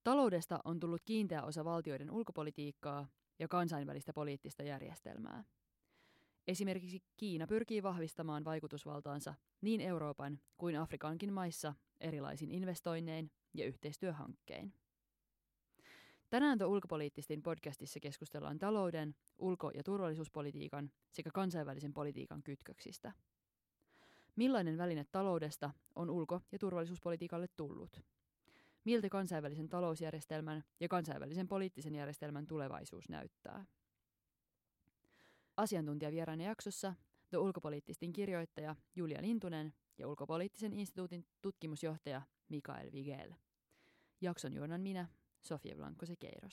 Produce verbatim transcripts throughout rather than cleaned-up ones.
Taloudesta on tullut kiinteä osa valtioiden ulkopolitiikkaa ja kansainvälistä poliittista järjestelmää. Esimerkiksi Kiina pyrkii vahvistamaan vaikutusvaltaansa niin Euroopan kuin Afrikankin maissa erilaisin investoinnein ja yhteistyöhankkein. Tänään The Ulkopoliittistin podcastissa keskustellaan talouden, ulko- ja turvallisuuspolitiikan sekä kansainvälisen politiikan kytköksistä. Millainen väline taloudesta on ulko- ja turvallisuuspolitiikalle tullut? Miltä kansainvälisen talousjärjestelmän ja kansainvälisen poliittisen järjestelmän tulevaisuus näyttää? Asiantuntijavieraana jaksossa The Ulkopoliittistin kirjoittaja Julia Lintunen ja Ulkopoliittisen instituutin tutkimusjohtaja Mikael Wigel. Jakson juonan minä, Sofia Blanco-Sekeiros.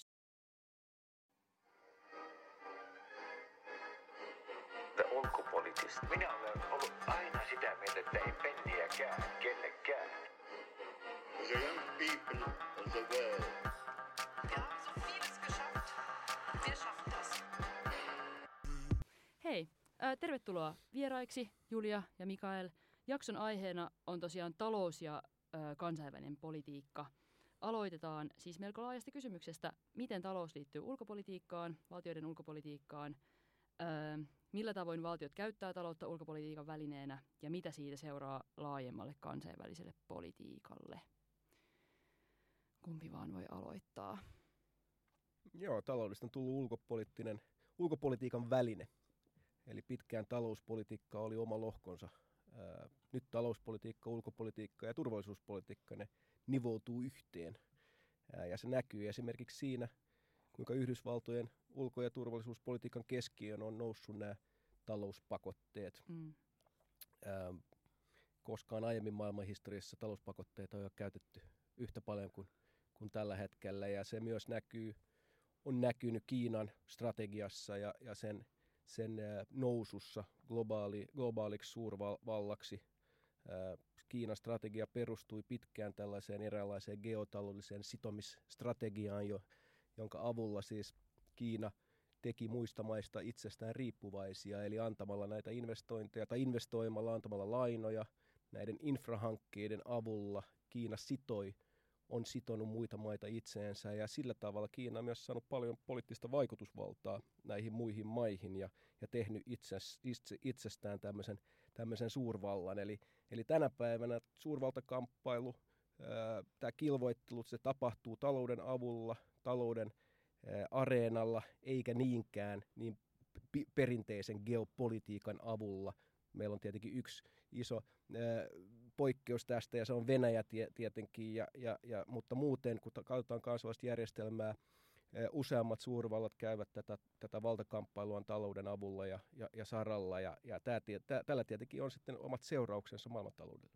The Ulkopoliittista. Minä olen ollut aina sitä mieltä, että ei penniäkään kellekään. The young people of the world. Wir haben so vieles geschafft. Wir schaffen das. Hei, äh, tervetuloa vieraiksi Julia ja Mikael. Jakson aiheena on tosiaan talous ja äh, kansainvälinen politiikka. Aloitetaan siis melko laajasta kysymyksestä, miten talous liittyy ulkopolitiikkaan, valtioiden ulkopolitiikkaan, äh, millä tavoin valtiot käyttää taloutta ulkopolitiikan välineenä ja mitä siitä seuraa laajemmalle kansainväliselle politiikalle. Kumpi vaan voi aloittaa? Joo, taloudesta on tullut ulkopoliittinen, ulkopolitiikan väline. Eli pitkään talouspolitiikka oli oma lohkonsa. Ää, nyt talouspolitiikka, ulkopolitiikka ja turvallisuuspolitiikka, ne nivoutuu yhteen. Ää, ja se näkyy esimerkiksi siinä, kuinka Yhdysvaltojen ulko- ja turvallisuuspolitiikan keskiöön on noussut nämä talouspakotteet. Mm. Ää, koskaan aiemmin maailmanhistoriassa talouspakotteita on jo käytetty yhtä paljon kuin, kuin tällä hetkellä. Ja se myös näkyy, on näkynyt Kiinan strategiassa ja, ja sen sen nousussa globaali, globaaliksi suurvallaksi. Kiinan strategia perustui pitkään tällaiseen eräänlaiseen geotaloudelliseen sitomisstrategiaan, jo, jonka avulla siis Kiina teki muista maista itsestään riippuvaisia, eli antamalla näitä investointeja tai investoimalla, antamalla lainoja näiden infrahankkeiden avulla Kiina sitoi on sitonut muita maita itseensä ja sillä tavalla Kiina on myös saanut paljon poliittista vaikutusvaltaa näihin muihin maihin ja, ja tehnyt itse, itse, itsestään tämmöisen, tämmöisen suurvallan. Eli, eli tänä päivänä suurvaltakamppailu, tämä kilvoittelu, se tapahtuu talouden avulla, talouden ää, areenalla, eikä niinkään niin p- perinteisen geopolitiikan avulla. Meillä on tietenkin yksi iso ää, poikkeus tästä, ja se on Venäjä tie, tietenkin, ja, ja, ja, mutta muuten, kun katsotaan kansainvälistä järjestelmää, ää, useammat suurvallat käyvät tätä, tätä valtakamppailua talouden avulla ja, ja, ja saralla, ja, ja tää, tää, tällä tietenkin on sitten omat seurauksensa maailmantaloudelle.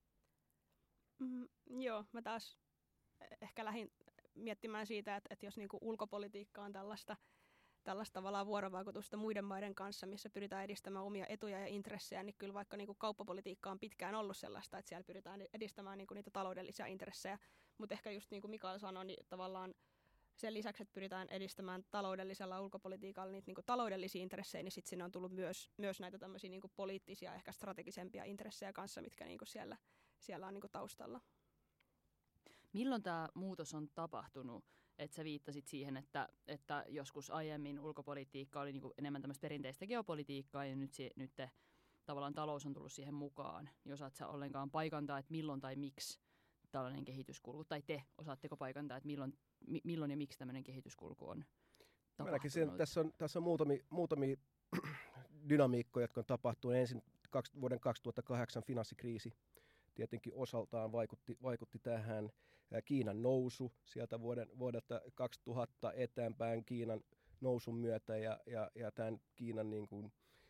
Mm, joo, mä taas ehkä lähdin miettimään siitä, että, että jos niinku ulkopolitiikka on tällaista, tällaista tavallaan vuorovaikutusta muiden maiden kanssa, missä pyritään edistämään omia etuja ja intressejä, niin kyllä vaikka niin kuin kauppapolitiikka on pitkään ollut sellaista, että siellä pyritään edistämään niin kuin niitä taloudellisia intressejä. Mutta ehkä just niin kuin Mikael sanoi, niin tavallaan sen lisäksi, että pyritään edistämään taloudellisella ulkopolitiikalla niitä niin kuin taloudellisia intressejä, niin sitten sinne on tullut myös, myös näitä tämmöisiä niin kuin poliittisia, ehkä strategisempia intressejä kanssa, mitkä niin kuin siellä, siellä on niin kuin taustalla. Milloin tämä muutos on tapahtunut? Että sä viittasit siihen, että, että joskus aiemmin ulkopolitiikka oli niinku enemmän tämmöistä perinteistä geopolitiikkaa ja nyt, se, nyt te, tavallaan talous on tullut siihen mukaan. Niin osaat sä ollenkaan paikantaa, että milloin tai miksi tällainen kehityskulku, tai te osaatteko paikantaa, että milloin, mi, milloin ja miksi tämmöinen kehityskulku on tapahtunut? Sen, tässä on, tässä on muutamia, muutamia dynamiikkoja, jotka on tapahtunut. Ensin kaksi, vuoden kaksituhattakahdeksan finanssikriisi. Tietenkin osaltaan vaikutti, vaikutti tähän Kiinan nousu sieltä vuoden, vuodelta kaksituhatta eteenpäin Kiinan nousun myötä ja, ja, ja tämän Kiinan, niin kuin,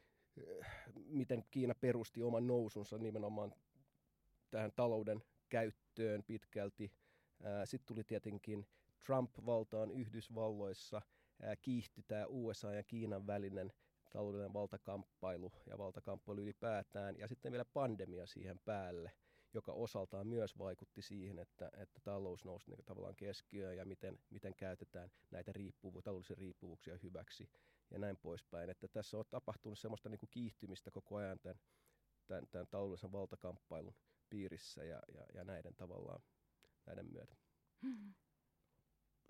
miten Kiina perusti oman nousunsa nimenomaan tähän talouden käyttöön pitkälti. Sitten tuli tietenkin Trump valtaan Yhdysvalloissa, kiihtyi tämä U S A ja Kiinan välinen taloudellinen valtakamppailu ja valtakamppailu ylipäätään ja sitten vielä pandemia siihen päälle, joka osaltaan myös vaikutti siihen, että, että talous nousi niin tavallaan keskiöön ja miten, miten käytetään näitä riippuvu- taloudellisia riippuvuuksia hyväksi ja näin poispäin. Että tässä on tapahtunut semmoista niin kuin kiihtymistä koko ajan tämän, tämän, tämän taloudellisen valtakamppailun piirissä ja, ja, ja näiden tavallaan näiden myötä.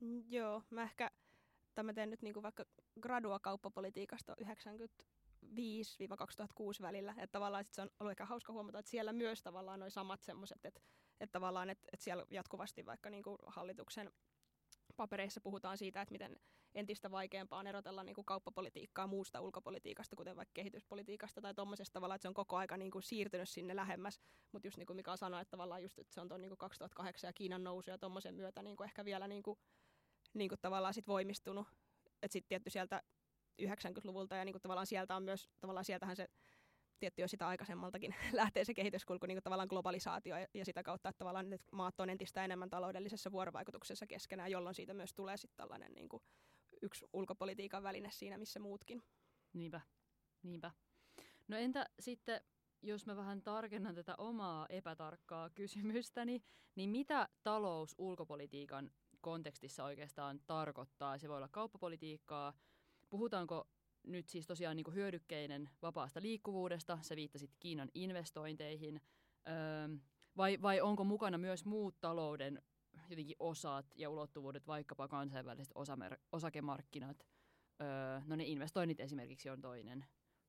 Mm, Joo, mä ehkä, tai mä teen nyt niinku vaikka gradua kauppapolitiikasta yhdeksänkymmentäviisi kaksituhattakuusi välillä, että tavallaan sit se on ollut ehkä hauska huomata, että siellä myös tavallaan noi samat semmoiset, että, että tavallaan, että, että siellä jatkuvasti vaikka niinku hallituksen papereissa puhutaan siitä, että miten entistä vaikeampaa on erotella niinku kauppapolitiikkaa muusta ulkopolitiikasta, kuten vaikka kehityspolitiikasta tai tommosesta tavallaan, että se on koko aika niinku siirtynyt sinne lähemmäs, mutta just niin kuin Mika sanoi, että tavallaan just, että se on tuon niinku kaksituhattakahdeksan ja Kiinan nousu ja tommosen myötä niinku ehkä vielä niinku, niinku tavallaan sit voimistunut, että sitten tietty sieltä yhdeksänkymmentäluvulta ja niinku tavallaan sieltä on myös, tavallaan sieltähän se tietty jo sitä aikaisemmaltakin lähtee se kehityskulku, niin kuin tavallaan globalisaatio ja, ja sitä kautta, että tavallaan ne maat on entistä enemmän taloudellisessa vuorovaikutuksessa keskenään, jolloin siitä myös tulee sitten tällainen niin kuin yksi ulkopolitiikan väline siinä, missä muutkin. Niinpä, niinpä. No entä sitten, jos mä vähän tarkennan tätä omaa epätarkkaa kysymystäni, niin mitä talous ulkopolitiikan kontekstissa oikeastaan tarkoittaa? Se voi olla kauppapolitiikkaa. Puhutaanko nyt siis tosiaan niin kuin hyödykkeinen vapaasta liikkuvuudesta, sä viittasit Kiinan investointeihin, öö, vai, vai onko mukana myös muut talouden jotenkin osat ja ulottuvuudet, vaikkapa kansainväliset osamer- osakemarkkinat, öö, no ne investoinnit esimerkiksi on toinen.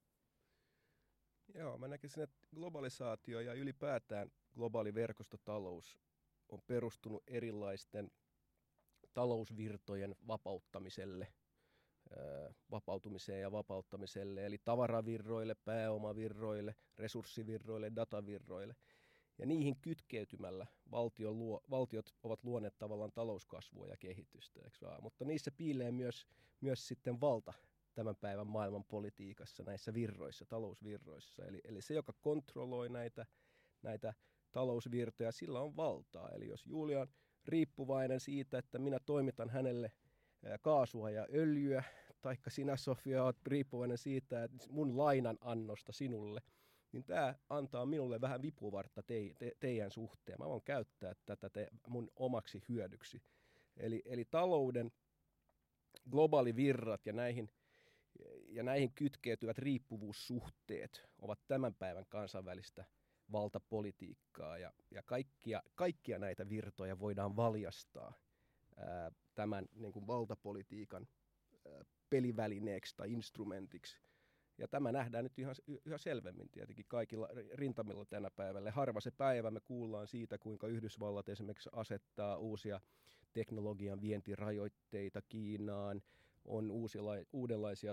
Joo, mä näkisin, että globalisaatio ja ylipäätään globaali verkostotalous on perustunut erilaisten talousvirtojen vapauttamiselle, vapautumiseen ja vapauttamiselle, eli tavaravirroille, pääomavirroille, resurssivirroille, datavirroille. Ja niihin kytkeytymällä valtion luo, valtiot ovat luoneet tavallaan talouskasvua ja kehitystä, eikö vaan? Mutta niissä piilee myös, myös sitten valta tämän päivän maailman politiikassa, näissä virroissa, talousvirroissa. Eli, eli se, joka kontrolloi näitä, näitä talousvirtoja, sillä on valtaa. Eli jos Julia on riippuvainen siitä, että minä toimitan hänelle kaasua ja öljyä, taikka sinä, Sofia, olet riippuvainen siitä, että mun lainan annosta sinulle, niin tämä antaa minulle vähän vipuvartta te, te, teidän suhteen. Mä voin käyttää tätä te, mun omaksi hyödyksi. Eli, eli talouden globaalivirrat ja näihin, ja näihin kytkeytyvät riippuvuussuhteet ovat tämän päivän kansainvälistä valtapolitiikkaa, ja, ja kaikkia, kaikkia näitä virtoja voidaan valjastaa ää, tämän niin kuin valtapolitiikan ää, pelivälineeksi tai instrumentiksi. Ja tämä nähdään nyt ihan, yhä selvemmin tietenkin kaikilla rintamilla tänä päivällä. Harva se päivä me kuullaan siitä, kuinka Yhdysvallat esimerkiksi asettaa uusia teknologian vientirajoitteita Kiinaan, on uusila, uudenlaisia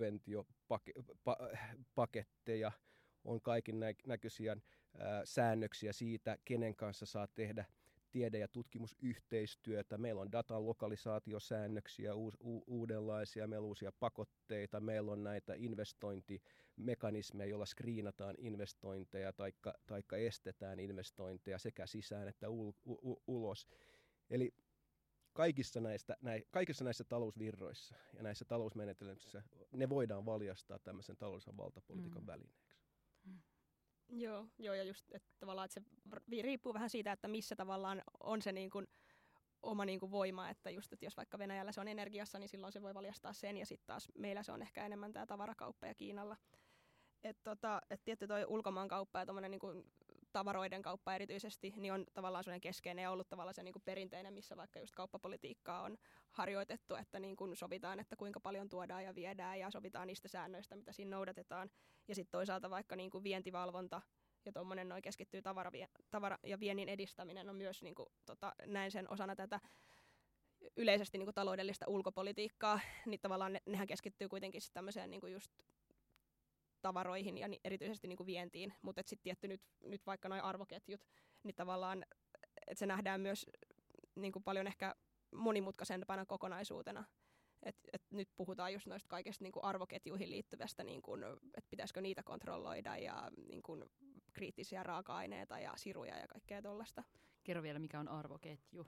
subventiopaketteja, on kaikin nä- näköisiä ää, säännöksiä siitä, kenen kanssa saa tehdä tiede- ja tutkimusyhteistyötä. Meillä on datan lokalisaatiosäännöksiä uus, u, uudenlaisia, meillä on uusia pakotteita, meillä on näitä investointimekanismeja, joilla skriinataan investointeja taikka, taikka estetään investointeja sekä sisään että ul, u, ulos. Eli kaikissa, näistä, näin, kaikissa näissä talousvirroissa ja näissä talousmenetelmissä ne voidaan valjastaa tämmöisen taloudellisen valtapolitiikan mm. välineeksi. Mm. Joo, joo, ja just että tavallaan että se riippuu vähän siitä, että missä tavallaan on se niin kuin oma niin kuin voima, että just että jos vaikka Venäjällä se on energiassa, niin silloin se voi valjastaa sen, ja sitten taas meillä se on ehkä enemmän tämä tavarakauppa ja Kiinalla. Että tota, et tietty toi ulkomaankauppa ja tommoinen niin kuin tavaroiden kauppa erityisesti, niin on tavallaan sellainen keskeinen ja ollut tavallaan se niin kuin perinteinen, missä vaikka just kauppapolitiikkaa on harjoitettu, että niin kuin sovitaan, että kuinka paljon tuodaan ja viedään ja sovitaan niistä säännöistä, mitä siinä noudatetaan. Ja sitten toisaalta vaikka niin kuin vientivalvonta ja tuommoinen noin keskittyy tavara, tavara- ja viennin edistäminen on myös niin kuin, tota, näin sen osana tätä yleisesti niin kuin taloudellista ulkopolitiikkaa, niin tavallaan ne, nehän keskittyy kuitenkin sitten tämmöiseen niin kuin just tavaroihin ja ni, erityisesti niin kuin vientiin, mutta sitten tietty nyt, nyt vaikka nuo arvoketjut, niin tavallaan, että se nähdään myös niin kuin paljon ehkä monimutkaisempana kokonaisuutena. Et, et nyt puhutaan just noista kaikista niin kuin arvoketjuihin liittyvästä, niin kuin, että pitäisikö niitä kontrolloida ja niin kuin kriittisiä raaka-aineita ja siruja ja kaikkea tuollaista. Kerro vielä, mikä on arvoketju.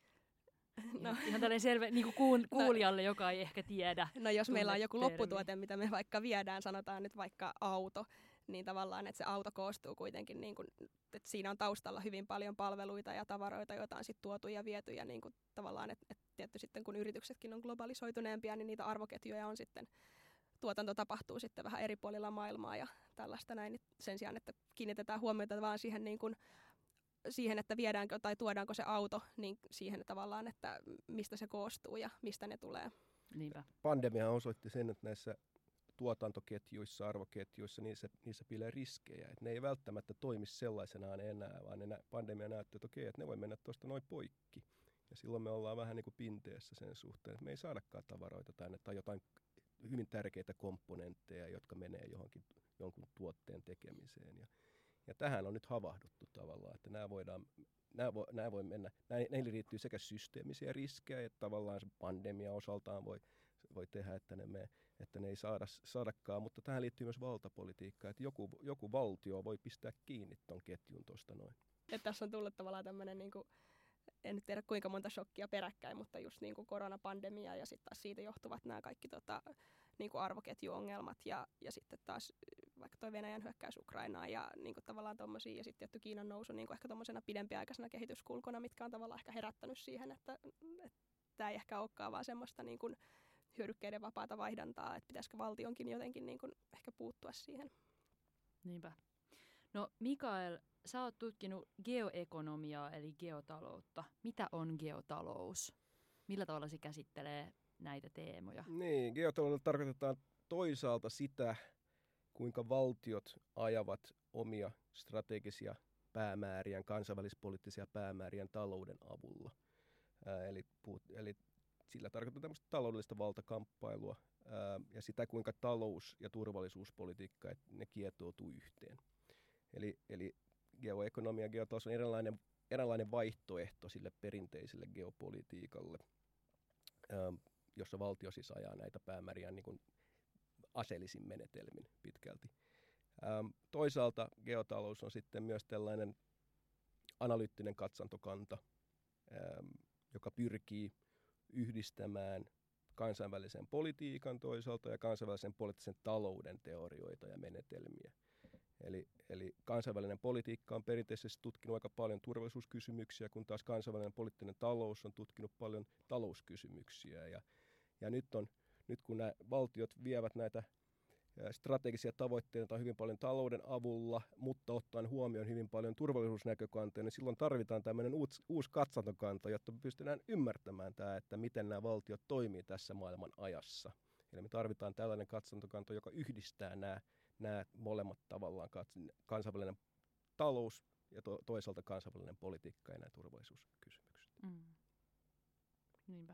No. Ihan tällainen selve niin kuin kuul, kuulijalle, no, joka ei ehkä tiedä. No jos meillä on joku lopputuote, mitä me vaikka viedään, sanotaan nyt vaikka auto, niin tavallaan, että se auto koostuu kuitenkin, niin kuin, että siinä on taustalla hyvin paljon palveluita ja tavaroita, joita on sitten tuotu ja viety. Ja niin kuin, tavallaan, että, että tietty sitten kun yrityksetkin on globalisoituneempia, niin niitä arvoketjuja on sitten, tuotanto tapahtuu sitten vähän eri puolilla maailmaa ja tällaista näin. Sen sijaan, että kiinnitetään huomiota vaan siihen niin kuin siihen, että viedäänkö tai tuodaanko se auto, niin siihen tavallaan, että mistä se koostuu ja mistä ne tulee. Niinpä. Pandemia osoitti sen, että näissä tuotantoketjuissa, arvoketjuissa, niissä, niissä piilee riskejä. Että ne ei välttämättä toimi sellaisenaan enää, vaan ne nä- pandemia näyttää, että okei, että ne voi mennä tuosta noin poikki. Ja silloin me ollaan vähän niin kuin pinteessä sen suhteen, että me ei saadakaan tavaroita tänne tai jotain hyvin tärkeitä komponentteja, jotka menee johonkin jonkun tuotteen tekemiseen. Ja, ja tähän on nyt havahduttu tavallaan, että nämä voidaan, nämä voi, nämä voi mennä, näihin liittyy sekä systeemisiä riskejä, että tavallaan se pandemia osaltaan voi, voi tehdä, että ne, me, että ne ei saada, saadakaan, mutta tähän liittyy myös valtapolitiikka, että joku, joku valtio voi pistää kiinni ton ketjun tuosta noin. Että tässä on tullut tavallaan tämmöinen, niin kuin, en nyt tiedä kuinka monta shokkia peräkkäin, mutta just niin kuin koronapandemia ja sitten taas siitä johtuvat nämä kaikki tota, niin kuin arvoketjuongelmat ja, ja sitten taas vaikka toi Venäjän hyökkäys Ukrainaan ja niin kuin tavallaan tommosia ja sitten tietty Kiinan nousu niin kuin ehkä tommosena pidempiaikaisena kehityskulkuna, mitkä on tavallaan ehkä herättänyt siihen, että tämä ei ehkä olekaan vaan semmoista niin kuin hyödykkeiden vapaata vaihdantaa, että pitäisikö valtionkin jotenkin niin kuin ehkä puuttua siihen. Niinpä. No Mikael, sä oot tutkinut geoekonomiaa eli geotaloutta. Mitä on geotalous? Millä tavalla se käsittelee näitä teemoja? Niin, geotaloudella tarkoitetaan toisaalta sitä, kuinka valtiot ajavat omia strategisia päämääriään, kansainvälispoliittisia päämääriään talouden avulla. Ää, eli, puhut, eli sillä tarkoitetaan tämmöistä taloudellista valtakamppailua ää, ja sitä, kuinka talous- ja turvallisuuspolitiikka, että ne kietoutuu yhteen. Eli, eli geoekonomia ja geotalous on eräänlainen, eräänlainen vaihtoehto sille perinteiselle geopolitiikalle, ää, jossa valtio siis ajaa näitä päämääriä niin kuin aseellisin menetelmin pitkälti. Ähm, toisaalta geotalous on sitten myös tällainen analyyttinen katsantokanta, ähm, joka pyrkii yhdistämään kansainvälisen politiikan toisaalta ja kansainvälisen poliittisen talouden teorioita ja menetelmiä. Eli, eli kansainvälinen politiikka on perinteisesti tutkinut aika paljon turvallisuuskysymyksiä, kun taas kansainvälinen poliittinen talous on tutkinut paljon talouskysymyksiä. Ja, ja nyt, on, nyt kun nämä valtiot vievät näitä strategisia tavoitteita hyvin paljon talouden avulla, mutta ottaen huomioon hyvin paljon turvallisuusnäkökantoja, niin silloin tarvitaan tämmöinen uusi, uusi katsantokanta, jotta pystytään ymmärtämään tämä, että miten nämä valtiot toimii tässä maailman ajassa. Eli me tarvitaan tällainen katsantokanta, joka yhdistää nämä, nämä molemmat tavallaan kansainvälinen talous ja to, toisaalta kansainvälinen politiikka ja nämä turvallisuuskysymykset. Mm. Niinpä.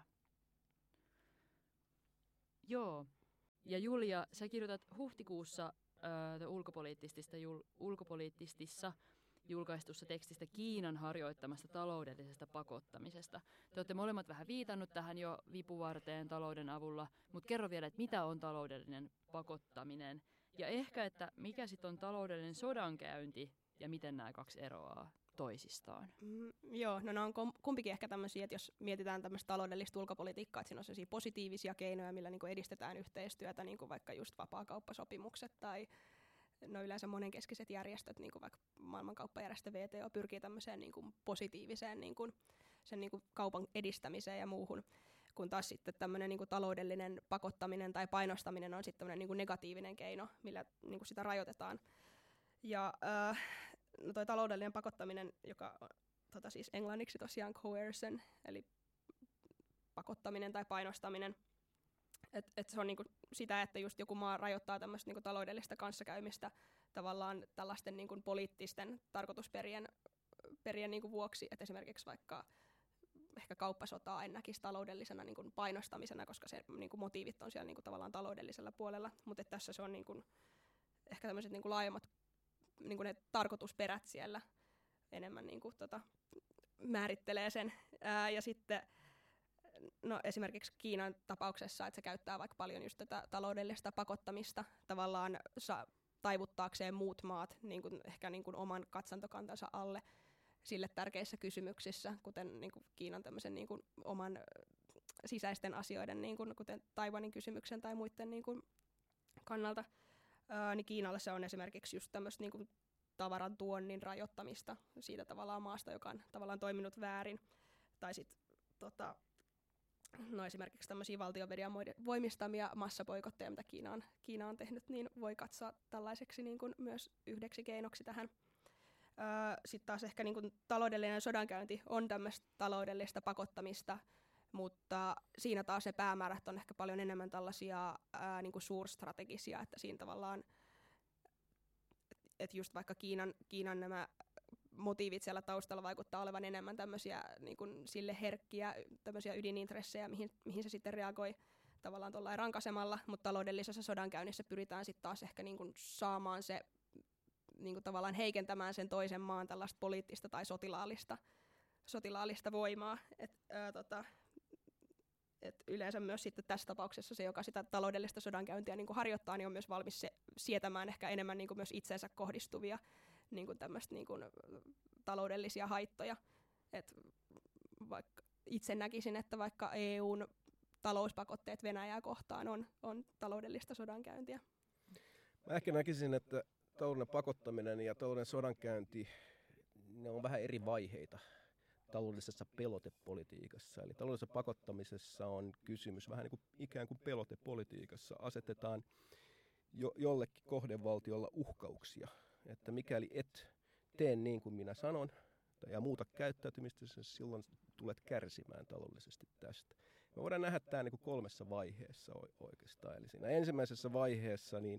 Joo. Ja Julia, sä kirjoitat huhtikuussa äh, ulkopoliittistissa, jul, ulkopoliittistissa julkaistussa tekstistä Kiinan harjoittamasta taloudellisesta pakottamisesta. Te olette molemmat vähän viitannut tähän jo vipuvarteen talouden avulla, mutta kerro vielä, että mitä on taloudellinen pakottaminen ja ehkä, että mikä sitten on taloudellinen sodankäynti ja miten nämä kaksi eroaa toisistaan. Mm, joo, no ne on kumpikin ehkä tämmöisiä, että jos mietitään tämmöistä taloudellista ulkopolitiikkaa, että siinä on sellaisia positiivisia keinoja, millä niin kuin edistetään yhteistyötä, niin kuin vaikka just vapaakauppasopimukset tai no yleensä monenkeskiset järjestöt, niin kuin vaikka maailmankauppajärjestö V T O pyrkii tämmöiseen niin kuin positiiviseen niin kuin sen niin kuin kaupan edistämiseen ja muuhun, kun taas sitten tämmöinen niin kuin taloudellinen pakottaminen tai painostaminen on sitten tämmöinen niin kuin negatiivinen keino, millä niin kuin sitä rajoitetaan. Ja äh, no toi taloudellinen pakottaminen, joka on tota siis englanniksi tosiaan coercion, eli pakottaminen tai painostaminen, että et se on niinku sitä, että just joku maa rajoittaa tämmöistä niinku taloudellista kanssakäymistä tavallaan tällaisten niinku poliittisten tarkoitusperien perien niinku vuoksi, että esimerkiksi vaikka ehkä kauppasotaa en näkisi taloudellisena niinku painostamisena, koska se niinku motiivit on siellä niinku tavallaan taloudellisella puolella, mutta tässä se on niinku ehkä tämmöiset niinku laajemmat niinku ne tarkoitusperät siellä enemmän niinku tota, määrittelee sen. Ää, ja sitten no esimerkiksi Kiinan tapauksessa, että se käyttää vaikka paljon just tätä taloudellista pakottamista tavallaan sa- taivuttaakseen muut maat niin kuin, ehkä niin kuin oman katsantokantansa alle sille tärkeissä kysymyksissä, kuten niin kuin Kiinan tämmöisen niin kuin oman sisäisten asioiden, niin kuin, kuten Taiwanin kysymyksen tai muiden niin kuin kannalta. Ää, niin Kiinalle se on esimerkiksi just tämmöistä niin kuin tavaran tuonnin rajoittamista siitä tavallaan maasta, joka on tavallaan toiminut väärin. Tai sitten tota, no esimerkiksi tämmöisiä valtionvedian voimistamia massapoikotteja, mitä Kiina on, Kiina on tehnyt, niin voi katsoa tällaiseksi niin kuin myös yhdeksi keinoksi tähän. Sitten taas ehkä niin kuin taloudellinen sodankäynti on tämmöistä taloudellista pakottamista, mutta siinä taas se päämäärät on ehkä paljon enemmän tällaisia ää, niin kuin suurstrategisia, että siinä tavallaan, että just vaikka Kiinan, Kiinan nämä motiivit siellä taustalla vaikuttaa olevan enemmän tämmöisiä niin kuin sille herkkiä tämmöisiä ydinintressejä, mihin, mihin se sitten reagoi tavallaan tuollain rankasemalla, mutta taloudellisessa sodankäynnissä pyritään sitten taas ehkä niin kuin saamaan se niin kuin tavallaan heikentämään sen toisen maan tällaista poliittista tai sotilaallista, sotilaallista voimaa. Et, ää, tota, et yleensä myös sitten tässä tapauksessa se, joka sitä taloudellista sodankäyntiä niin kuin harjoittaa, niin on myös valmis se, sietämään ehkä enemmän niin kuin myös itseensä kohdistuvia niin kuin tämmöistä niin kuin taloudellisia haittoja. Et vaikka itse näkisin, että vaikka E U:n talouspakotteet Venäjää kohtaan on, on taloudellista sodankäyntiä. Mä ehkä näkisin, että talouden pakottaminen ja talouden sodankäynti, ne on vähän eri vaiheita taloudellisessa pelotepolitiikassa. Eli taloudellisessa pakottamisessa on kysymys vähän niin kuin ikään kuin pelotepolitiikassa. Asetetaan jo, jollekin kohdevaltiolla uhkauksia, että mikäli et tee niin kuin minä sanon ja muuta käyttäytymistä, silloin tulet kärsimään taloudellisesti tästä. Me voidaan nähdä tämä niin kuin kolmessa vaiheessa oikeastaan. Eli siinä ensimmäisessä vaiheessa niin,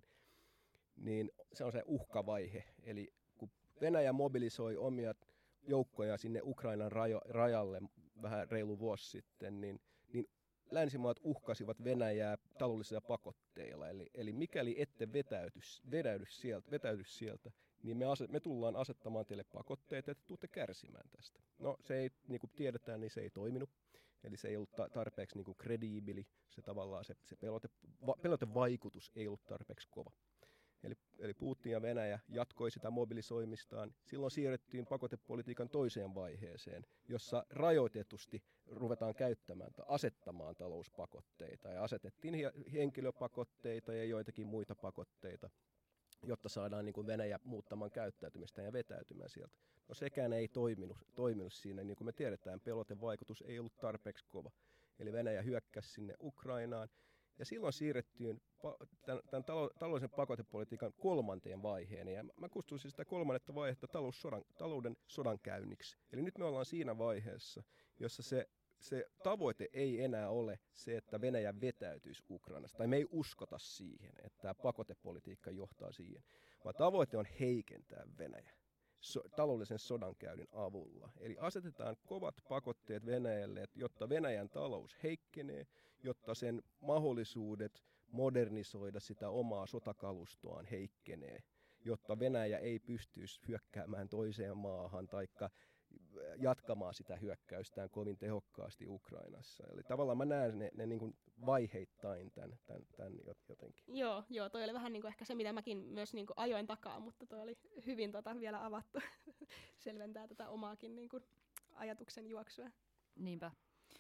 niin se on se uhkavaihe. Eli kun Venäjä mobilisoi omia joukkoja sinne Ukrainan rajo, rajalle vähän reilu vuosi sitten, niin, niin länsimaat uhkasivat Venäjää taloudellisilla pakotteilla. Eli, eli mikäli ette vetäydy, vetäydy, sieltä, vetäydy sieltä, niin me, aset, me tullaan asettamaan teille pakotteita, että tuutte kärsimään tästä. No se ei, niin kuin tiedetään, niin se ei toiminut. Eli se ei ollut tarpeeksi niin kuin krediibili, se tavallaan se, se pelote, va, pelotevaikutus ei ollut tarpeeksi kova. Eli, eli Putin ja Venäjä jatkoi sitä mobilisoimistaan. Silloin siirrettiin pakotepolitiikan toiseen vaiheeseen, jossa rajoitetusti ruvetaan käyttämään tai asettamaan talouspakotteita. Ja asetettiin henkilöpakotteita ja joitakin muita pakotteita, jotta saadaan niin kuin Venäjä muuttamaan käyttäytymistä ja vetäytymään sieltä. No sekään ei toiminut, toiminut siinä, niin kuin me tiedetään, pelotevaikutus ei ollut tarpeeksi kova. Eli Venäjä hyökkäsi sinne Ukrainaan, ja silloin siirrettiin tämän, tämän taloudellisen pakotepolitiikan kolmanteen vaiheen, ja mä kutsuisin sitä kolmannetta vaihetta taloussodan, talouden sodankäynniksi. Eli nyt me ollaan siinä vaiheessa, jossa se, se tavoite ei enää ole se, että Venäjä vetäytyisi Ukrainasta, tai me ei uskota siihen, että tämä pakotepolitiikka johtaa siihen, vaan tavoite on heikentää Venäjä so, taloudellisen sodankäynnin avulla. Eli asetetaan kovat pakotteet Venäjälle, jotta Venäjän talous heikkenee, jotta sen mahdollisuudet modernisoida sitä omaa sotakalustoaan heikkenee, jotta Venäjä ei pystyisi hyökkäämään toiseen maahan taikka jatkamaan sitä hyökkäystään kovin tehokkaasti Ukrainassa. Eli tavallaan mä näen ne, ne niin kuin vaiheittain tämän, tämän, tämän jotenkin. Joo, joo, toi oli vähän niin kuin ehkä se, mitä mäkin myös niin kuin ajoin takaa, mutta toi oli hyvin tota vielä avattu. Selventää tätä omaakin niin kuin ajatuksen juoksua. Niinpä.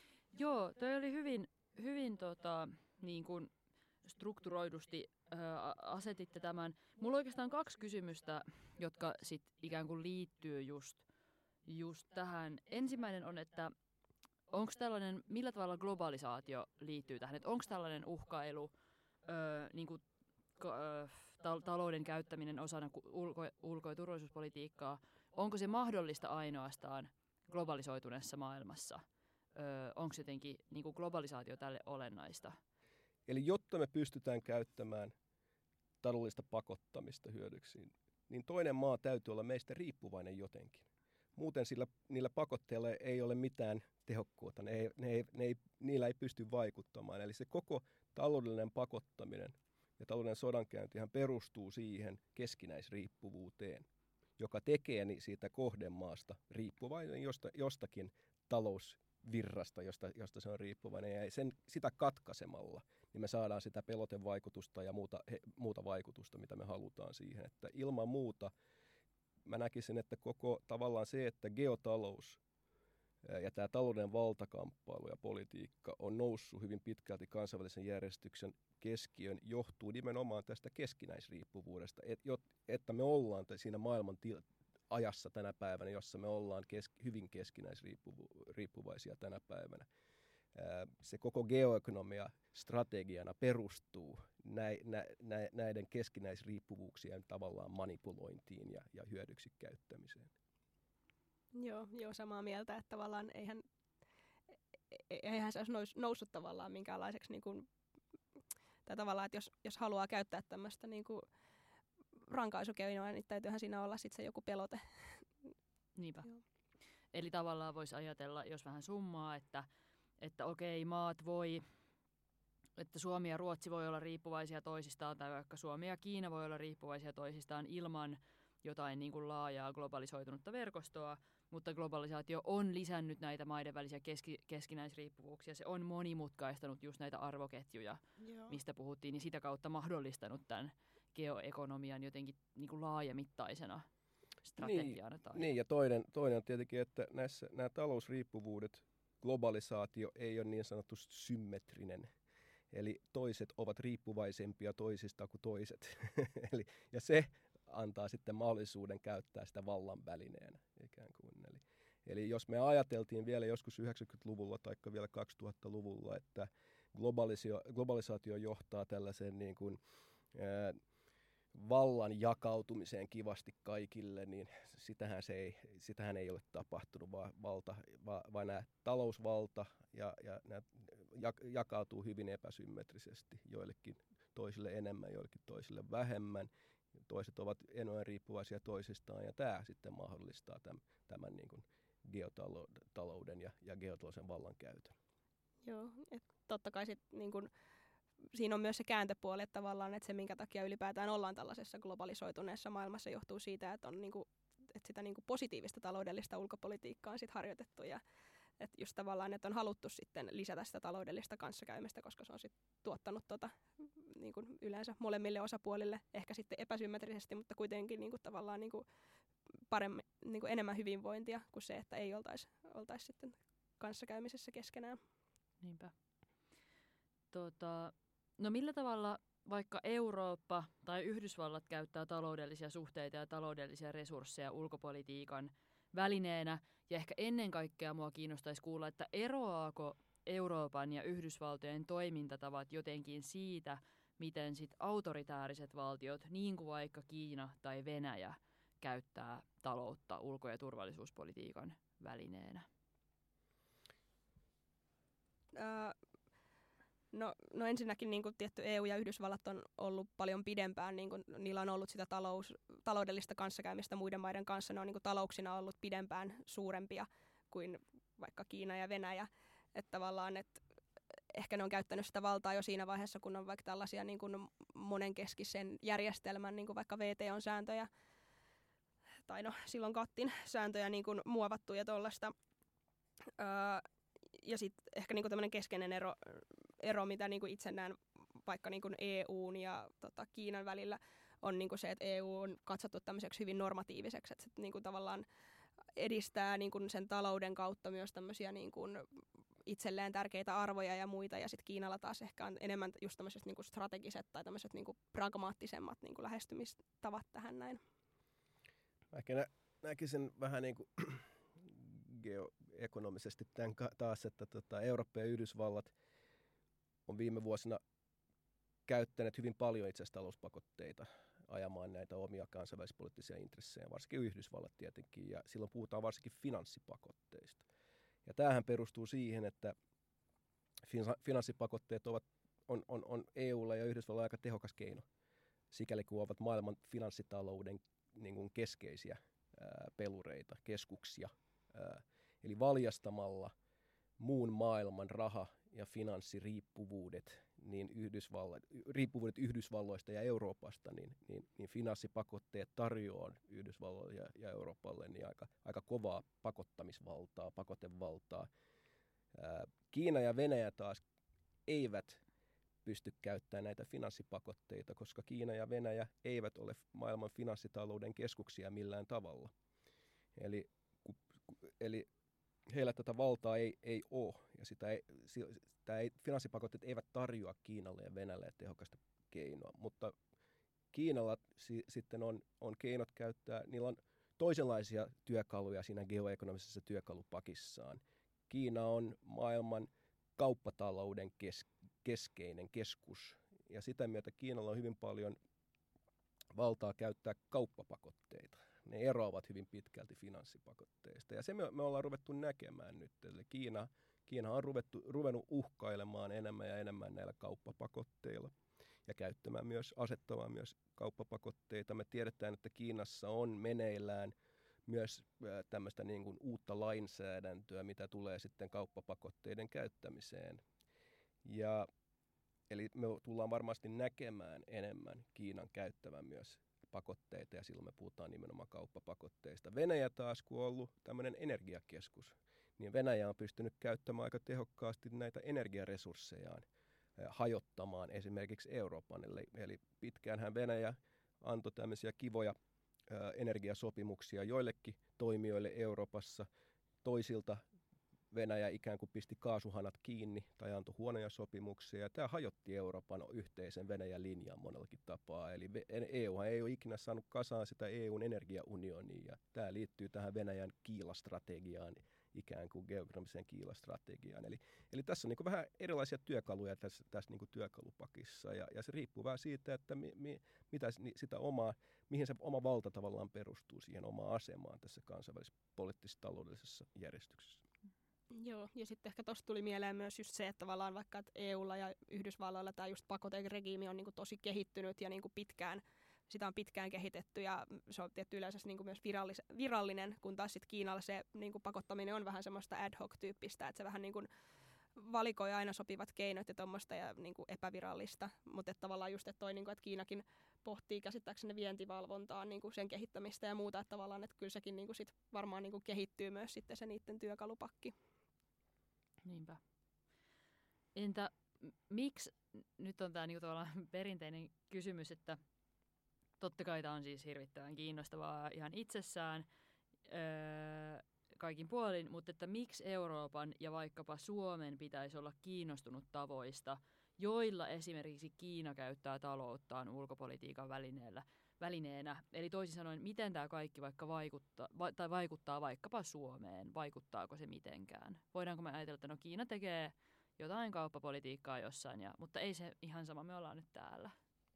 Joo, toi oli hyvin, hyvin tota, niin kuin strukturoidusti ö, asetitte tämän. Mulla on oikeastaan kaksi kysymystä, jotka sit ikään kuin liittyy just Just tähän. Ensimmäinen on, että onko tällainen, millä tavalla globalisaatio liittyy tähän? Onko tällainen uhkailu, öö, niin kuin, öö, ta- talouden käyttäminen osana ulko- ulko- ja turvallisuuspolitiikkaa, onko se mahdollista ainoastaan globalisoituneessa maailmassa? Öö, onko jotenkin niin kuin globalisaatio tälle olennaista? Eli jotta me pystytään käyttämään taloudellista pakottamista hyödyksi, niin toinen maa täytyy olla meistä riippuvainen jotenkin. Muuten sillä, niillä pakotteilla ei ole mitään tehokkuutta, ne ei, ne ei, ne ei, niillä ei pysty vaikuttamaan. Eli se koko taloudellinen pakottaminen ja taloudellinen sodankäyntihän perustuu siihen keskinäisriippuvuuteen, joka tekee siitä kohdemaasta riippuvainen josta, jostakin talousvirrasta, josta, josta se on riippuvainen. Ja sen, sitä katkaisemalla niin me saadaan sitä pelotevaikutusta ja muuta, he, muuta vaikutusta, mitä me halutaan siihen. Että ilman muuta mä näkisin, että koko tavallaan se, että geotalous ja tämä talouden valtakamppailu ja politiikka on noussut hyvin pitkälti kansainvälisen järjestyksen keskiön, johtuu nimenomaan tästä keskinäisriippuvuudesta, et, että me ollaan siinä maailman til- ajassa tänä päivänä, jossa me ollaan kes- hyvin keskinäisriippuvaisia tänä päivänä. Ää, se koko geoekonomia strategiana perustuu näi, nä, nä, näiden keskinäisriippuvuuksien tavallaan manipulointiin ja, ja hyödyksi käyttämiseen. Joo, joo, samaa mieltä, että tavallaan eihän, e- eihän se olisi nous, noussut tavallaan minkäänlaiseksi, niin kuin, tai tavallaan, että jos, jos haluaa käyttää tämmöistä niin kuin rankaisukeinoa, niin täytyyhän siinä olla sitten se joku pelote. Niinpä. Joo. Eli tavallaan voisi ajatella, jos vähän summaa, että, että okei, maat voi, että Suomi ja Ruotsi voi olla riippuvaisia toisistaan, tai vaikka Suomi ja Kiina voi olla riippuvaisia toisistaan ilman jotain niin kuin laajaa globalisoitunutta verkostoa, mutta globalisaatio on lisännyt näitä maiden välisiä keski, keskinäisriippuvuuksia. Se on monimutkaistanut just näitä arvoketjuja, Joo. mistä puhuttiin, niin sitä kautta mahdollistanut tämän geoekonomian jotenkin niin kuin laajamittaisena strategiana. Tai... Niin, ja toinen, toinen on tietenkin, että näissä, nämä talousriippuvuudet, globalisaatio ei ole niin sanottu symmetrinen. Eli toiset ovat riippuvaisempia toisista kuin toiset. Eli, ja se antaa sitten mahdollisuuden käyttää sitä vallan välineenä ikään kuin. Eli, eli jos me ajateltiin vielä joskus yhdeksänkymmentäluvulla tai vielä kaksituhattaluvulla, että globalisaatio johtaa tällaiseen niin kuin, ää, vallan jakautumiseen kivasti kaikille, niin sitähän, se ei, sitähän ei ole tapahtunut, vaan, valta, vaan, vaan nämä talousvalta ja, ja nämä jak, jakautuu hyvin epäsymmetrisesti, joillekin toisille enemmän, joillekin toisille vähemmän. Toiset ovat enemmän riippuvaisia toisistaan, ja tämä sitten mahdollistaa tämän, tämän niin kuin geotalouden ja, ja geotalouden vallankäytön. Joo, että totta kai sit, niin kun, siinä on myös se kääntöpuoli, että tavallaan että se, minkä takia ylipäätään ollaan tällaisessa globalisoituneessa maailmassa, johtuu siitä, että, on, niin kun, että sitä niin kun positiivista taloudellista ulkopolitiikkaa on sit harjoitettu, ja että just tavallaan, että on haluttu sitten lisätä sitä taloudellista kanssakäymistä, koska se on sit tuottanut tota, niin kun yleensä molemmille osapuolille, ehkä sitten epäsymmetrisesti, mutta kuitenkin niin kun tavallaan niin kun paremmin, niin kun enemmän hyvinvointia kuin se, että ei oltaisi oltais sitten kanssakäymisessä keskenään. Niinpä. Tota, no millä tavalla vaikka Eurooppa tai Yhdysvallat käyttää taloudellisia suhteita ja taloudellisia resursseja ulkopolitiikan välineenä? Ja ehkä ennen kaikkea mua kiinnostaisi kuulla, että eroaako Euroopan ja Yhdysvaltojen toimintatavat jotenkin siitä, miten sit autoritääriset valtiot, niin kuin vaikka Kiina tai Venäjä, käyttää taloutta ulko- ja turvallisuuspolitiikan välineenä? Öö, no, no ensinnäkin niin kuin tietty E U ja Yhdysvallat on ollut paljon pidempään, niin kuin, niillä on ollut sitä talous, taloudellista kanssakäymistä muiden maiden kanssa, ne on niin kuin talouksina ollut pidempään suurempia kuin vaikka Kiina ja Venäjä, että tavallaan, että ehkä ne on käyttänyt sitä valtaa jo siinä vaiheessa, kun on vaikka tällaisia niin kuin monenkeskisen järjestelmän, niin kuin vaikka V T O-sääntöjä, tai no silloin Gattin sääntöjä niin kuin muovattu ja tuollaista. Öö, ja sitten ehkä niin kuin tämmöinen keskeinen ero, ero mitä niin kuin itse näen vaikka niin kuin E U:n ja tota, Kiinan välillä, on niin kuin se, että E U on katsottu tämmöiseksi hyvin normatiiviseksi, että se niin kuin tavallaan edistää niin kuin sen talouden kautta myös tämmöisiä niin kuin itselleen tärkeitä arvoja ja muita, ja sitten Kiinalla taas ehkä on enemmän just tämmöiset niin kuin strategiset tai tämmöiset niin kuin pragmaattisemmat niin kuin lähestymistavat tähän näin. Mä ehkä nä- näkisin vähän niin kuin geoekonomisesti tämän ka- taas, että tota, Eurooppa ja Yhdysvallat on viime vuosina käyttäneet hyvin paljon itse asiassa talouspakotteita ajamaan näitä omia kansainvälispoliittisia intressejä, varsinkin Yhdysvallat tietenkin, ja silloin puhutaan varsinkin finanssipakotteista. Ja tämähän perustuu siihen, että finanssipakotteet ovat, on, on, on E U:lla ja Yhdysvalloilla aika tehokas keino, sikäli kun ovat maailman finanssitalouden niin kuin keskeisiä ää, pelureita, keskuksia. Ää, eli valjastamalla muun maailman raha- ja finanssiriippuvuudet, niin Yhdysvallat, riippuvuudet Yhdysvalloista ja Euroopasta, niin, niin, niin finanssipakotteet tarjoaa Yhdysvalloille ja, ja Euroopalle niin aika, aika kovaa pakottamisvaltaa, pakotevaltaa. Ää, Kiina ja Venäjä taas eivät pysty käyttämään näitä finanssipakotteita, koska Kiina ja Venäjä eivät ole maailman finanssitalouden keskuksia millään tavalla. Eli, ku, ku, eli heillä tätä valtaa ei, ei ole, ja sitä ei, sitä ei, finanssipakotteet eivät tarjoa Kiinalle ja Venäjälle tehokasta keinoa, mutta Kiinalla si, sitten on, on keinot käyttää, niillä on toisenlaisia työkaluja siinä geoekonomisessa työkalupakissaan. Kiina on maailman kauppatalouden kes, keskeinen keskus. Ja sitä myötä Kiinalla on hyvin paljon valtaa käyttää kauppapakotteita. Ne eroavat hyvin pitkälti finanssipakotteista. Ja se me, me ollaan ruvettu näkemään nyt. Eli Kiina, Kiina on ruvettu, ruvennut uhkailemaan enemmän ja enemmän näillä kauppapakotteilla ja käyttämään myös, asettamaan myös kauppapakotteita. Me tiedetään, että Kiinassa on meneillään myös tämmöistä niin kuin uutta lainsäädäntöä, mitä tulee sitten kauppapakotteiden käyttämiseen. Ja, eli me tullaan varmasti näkemään enemmän Kiinan käyttävän myös pakotteita, ja silloin me puhutaan nimenomaan kauppapakotteista. Venäjä taas, kun on ollut tämmöinen energiakeskus, niin Venäjä on pystynyt käyttämään aika tehokkaasti näitä energiaresurssejaan hajottamaan esimerkiksi Euroopan. Eli, eli pitkäänhän Venäjä antoi tämmöisiä kivoja ä, energiasopimuksia joillekin toimijoille Euroopassa. Toisilta Venäjä ikään kuin pisti kaasuhanat kiinni tai antoi huonoja sopimuksia. Ja tämä hajotti Euroopan yhteisen Venäjän linjan monellakin tapaa. Eli E U ei ole ikinä saanut kasaan sitä E U:n energiaunionia. Ja tämä liittyy tähän Venäjän kiilastrategiaan, ikään kuin geografiseen kiilastrategiaan. Eli, eli tässä on niin kuin vähän erilaisia työkaluja tässä, tässä niin kuin työkalupakissa. Ja, ja se riippuu vähän siitä, että mi, mi, mitä sitä omaa, mihin se oma valta tavallaan perustuu siihen omaan asemaan tässä kansainvälisessä poliittisessa taloudellisessa järjestyksessä. Joo, ja sitten ehkä tuosta tuli mieleen myös just se, että tavallaan vaikka että E U:lla ja Yhdysvalloilla tämä just pakoteregiimi on niinku tosi kehittynyt ja niinku pitkään, sitä on pitkään kehitetty ja se on tietty yleensä niinku myös virallis- virallinen, kun taas sitten Kiinalla se niinku pakottaminen on vähän semmoista ad hoc-tyyppistä, että se vähän niinku valikoi aina sopivat keinot ja tuommoista ja niinku epävirallista, mutta että tavallaan just, että toi, niinku, että Kiinakin pohtii käsittääkseni vientivalvontaa, niinku sen kehittämistä ja muuta, että tavallaan, että kyllä sekin niinku sit varmaan niinku kehittyy myös sitten se niiden työkalupakki. Niinpä. Entä miksi, nyt on tämä niinku tavallaan perinteinen kysymys, että totta kai tämä on siis hirvittävän kiinnostavaa ihan itsessään öö, kaikin puolin, mutta että miksi Euroopan ja vaikkapa Suomen pitäisi olla kiinnostunut tavoista, joilla esimerkiksi Kiina käyttää talouttaan ulkopolitiikan välineellä, välineenä. Eli toisin sanoen, miten tämä kaikki vaikka vaikuttaa, va, tai vaikuttaa vaikkapa Suomeen, vaikuttaako se mitenkään? Voidaanko me ajatella, että no Kiina tekee jotain kauppapolitiikkaa jossain, ja, mutta ei se ihan sama, me ollaan nyt täällä.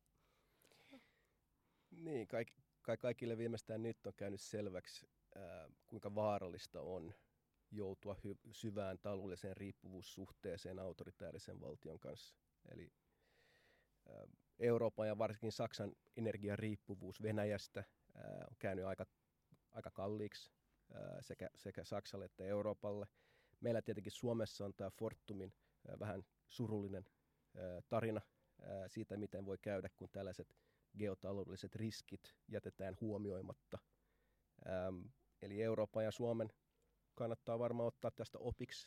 Niin, kaik, kai kaikille viimeistään nyt on käynyt selväksi, ää, kuinka vaarallista on joutua hy- syvään taloudelliseen riippuvuussuhteeseen autoritäärisen valtion kanssa. Eli ää, Euroopan ja varsinkin Saksan energiariippuvuus Venäjästä ää, on käynyt aika, aika kalliiksi ää, sekä, sekä Saksalle että Euroopalle. Meillä tietenkin Suomessa on tämä Fortumin ää, vähän surullinen ää, tarina ää, siitä, miten voi käydä, kun tällaiset geotaloudelliset riskit jätetään huomioimatta. Ähm, eli Euroopan ja Suomen kannattaa varmaan ottaa tästä opiksi,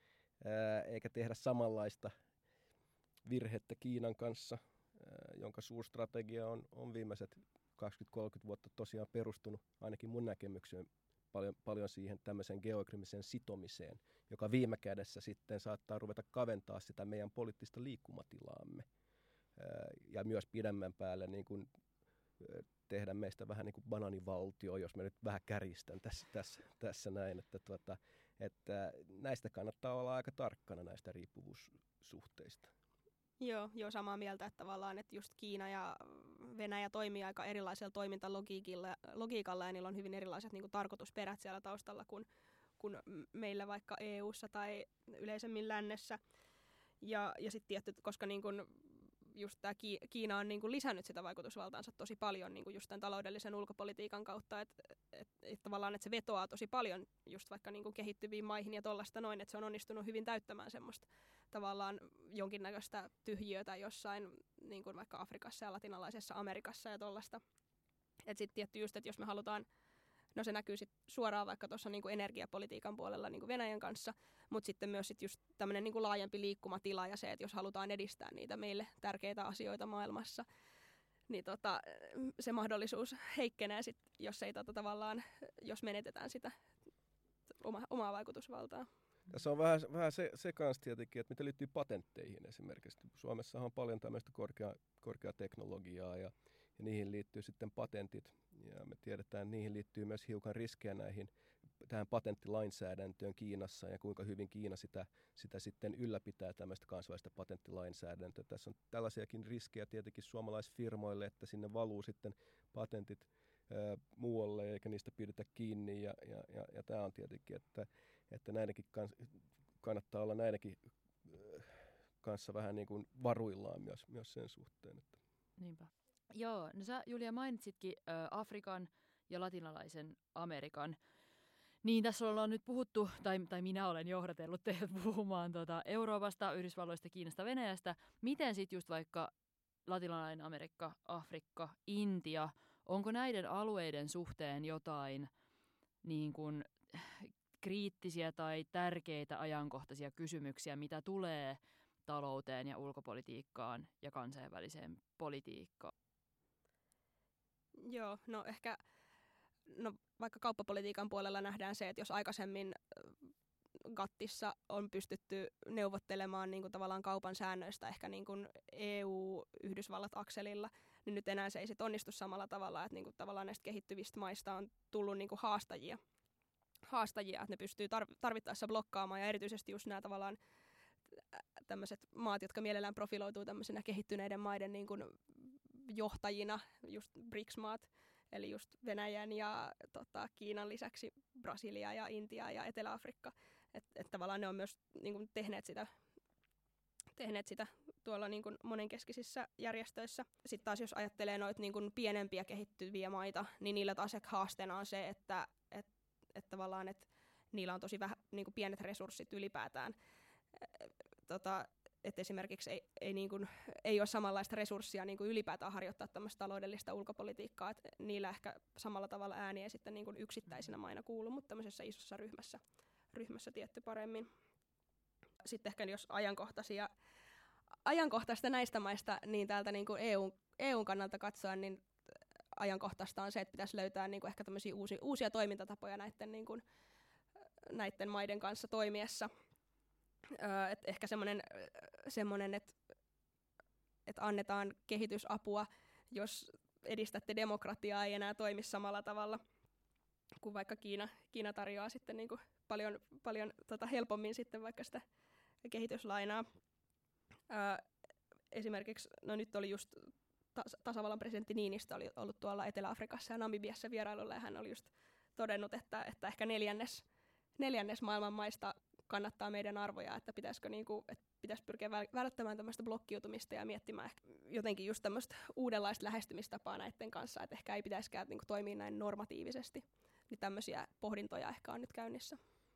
ää, eikä tehdä samanlaista virhettä Kiinan kanssa, ää, jonka suurstrategia on, on viimeiset kaksikymmentä kolmekymmentä vuotta tosiaan perustunut, ainakin mun näkemykseen, paljon, paljon siihen tämmöiseen geografiseen sitomiseen, joka viime kädessä sitten saattaa ruveta kaventaa sitä meidän poliittista liikkumatilaamme. Ja myös pidemmän päälle niin kuin tehdä meistä vähän niin kuin banaanivaltio, jos mä nyt vähän kärjistän tässä, tässä, tässä näin, että, tuota, että näistä kannattaa olla aika tarkkana näistä riippuvuussuhteista. Joo, joo, samaa mieltä, että tavallaan, että just Kiina ja Venäjä toimii aika erilaisella toimintalogiikalla logiikalla, ja niillä on hyvin erilaiset niin kuin tarkoitusperät siellä taustalla kuin, kuin meillä vaikka E U:ssa tai yleisemmin lännessä. Ja, ja sitten tietty, koska niin kuin just tämä Kiina on niin kuin lisännyt sitä vaikutusvaltaansa tosi paljon niin kuin just tämän taloudellisen ulkopolitiikan kautta, että et, et tavallaan että se vetoaa tosi paljon just vaikka niin kuin kehittyviin maihin ja tollaista noin, että se on onnistunut hyvin täyttämään semmoista tavallaan jonkinnäköistä tyhjiötä jossain niin kuin vaikka Afrikassa ja latinalaisessa Amerikassa ja tollaista. Että sitten tietty just, että jos me halutaan, no se näkyy sit suoraan vaikka tuossa niinku energiapolitiikan puolella niinku Venäjän kanssa, mutta sitten myös sit just tämmöinen niinku laajempi liikkumatila ja se, että jos halutaan edistää niitä meille tärkeitä asioita maailmassa, niin tota, se mahdollisuus heikkenee sit, jos ei tota tavallaan, jos menetetään sitä oma, omaa vaikutusvaltaa. Tässä on vähän, vähän se, se kanssa tietenkin, että mitä liittyy patentteihin esimerkiksi. Suomessahan on paljon tämmöistä korkea, korkeaa teknologiaa ja, ja niihin liittyy sitten patentit. Ja me tiedetään, että niihin liittyy myös hiukan riskejä näihin tähän patenttilainsäädäntöön Kiinassa ja kuinka hyvin Kiina sitä, sitä sitten ylläpitää tämmöistä kansainvälistä patenttilainsäädäntöä. Tässä on tällaisiakin riskejä tietenkin suomalaisfirmoille, että sinne valuu sitten patentit ää, muualle eikä niistä pidetä kiinni. Ja, ja, ja, ja tämä on tietenkin, että, että näidenkin kans, kannattaa olla näidenkin äh, kanssa vähän niin kuin varuillaan myös, myös sen suhteen. Että. Niinpä. Joo, no sä Julia mainitsitkin ä, Afrikan ja latinalaisen Amerikan. Niin tässä ollaan nyt puhuttu, tai, tai minä olen johdatellut teidät puhumaan tuota Euroopasta, Yhdysvalloista, Kiinasta, Venäjästä. Miten sitten just vaikka latinalainen Amerikka, Afrikka, Intia, onko näiden alueiden suhteen jotain niin kuin, kriittisiä tai tärkeitä ajankohtaisia kysymyksiä, mitä tulee talouteen ja ulkopolitiikkaan ja kansainväliseen politiikkaan? Joo, no ehkä no vaikka kauppapolitiikan puolella nähdään se, että jos aikaisemmin GATTissa on pystytty neuvottelemaan niin kuin tavallaan kaupan säännöistä ehkä niin kuin E U-Yhdysvallat-akselilla, niin nyt enää se ei sit onnistu samalla tavalla, että niin kuin tavallaan näistä kehittyvistä maista on tullut niin kuin haastajia, haastajia, että ne pystyy tarvittaessa blokkaamaan, ja erityisesti just nämä tavallaan tämmöiset maat, jotka mielellään profiloituu tämmöisenä kehittyneiden maiden niin kuin johtajina, just B R I C S-maat, eli just Venäjän ja tota, Kiinan lisäksi Brasilia ja Intia ja Etelä-Afrikka. Että et tavallaan ne on myös niin kuin, tehneet, sitä, tehneet sitä tuolla niin kuin, monenkeskisissä järjestöissä. Sitten taas jos ajattelee noita niin kuin, pienempiä kehittyviä maita, niin niillä taas haasteena on se, että et, et tavallaan, et niillä on tosi vähän, niin kuin, pienet resurssit ylipäätään. Tota, että esimerkiksi ei, ei, niin kuin, ei ole samanlaista resurssia niin kuin ylipäätään harjoittaa tämmöistä taloudellista ulkopolitiikkaa, että niillä ehkä samalla tavalla ääni ei sitten niin kuin yksittäisinä maina kuulu, mutta tämmöisessä isossa ryhmässä, ryhmässä tietty paremmin. Sitten ehkä jos ajankohtaisia, ajankohtaista näistä maista, niin täältä niin kuin E U, E U:n kannalta katsoa, niin ajankohtaista on se, että pitäisi löytää niin kuin ehkä tämmöisiä uusia, uusia toimintatapoja näiden, niin kuin, näiden maiden kanssa toimiessa. Öö, et ehkä semmoinen, semmoinen että et annetaan kehitysapua, jos edistätte demokratiaa, ei enää toimi samalla tavalla kuin vaikka Kiina, Kiina tarjoaa sitten niinku paljon, paljon tota helpommin sitten vaikka sitä kehityslainaa. Öö, esimerkiksi, no nyt oli just tas- tasavallan presidentti Niinistö oli ollut tuolla Etelä-Afrikassa ja Namibiassa vierailulla, ja hän oli just todennut, että, että ehkä neljännes, neljännes maailman maista kannattaa meidän arvoja, että pitäisikö niinku, että pitäisi pyrkiä välttämään tämmöistä blokkiutumista ja miettimään ehkä jotenkin just tämmöistä uudenlaista lähestymistapaa näiden kanssa, että ehkä ei pitäisikään niinku toimia näin normatiivisesti. Niin tämmöisiä pohdintoja ehkä on nyt käynnissä.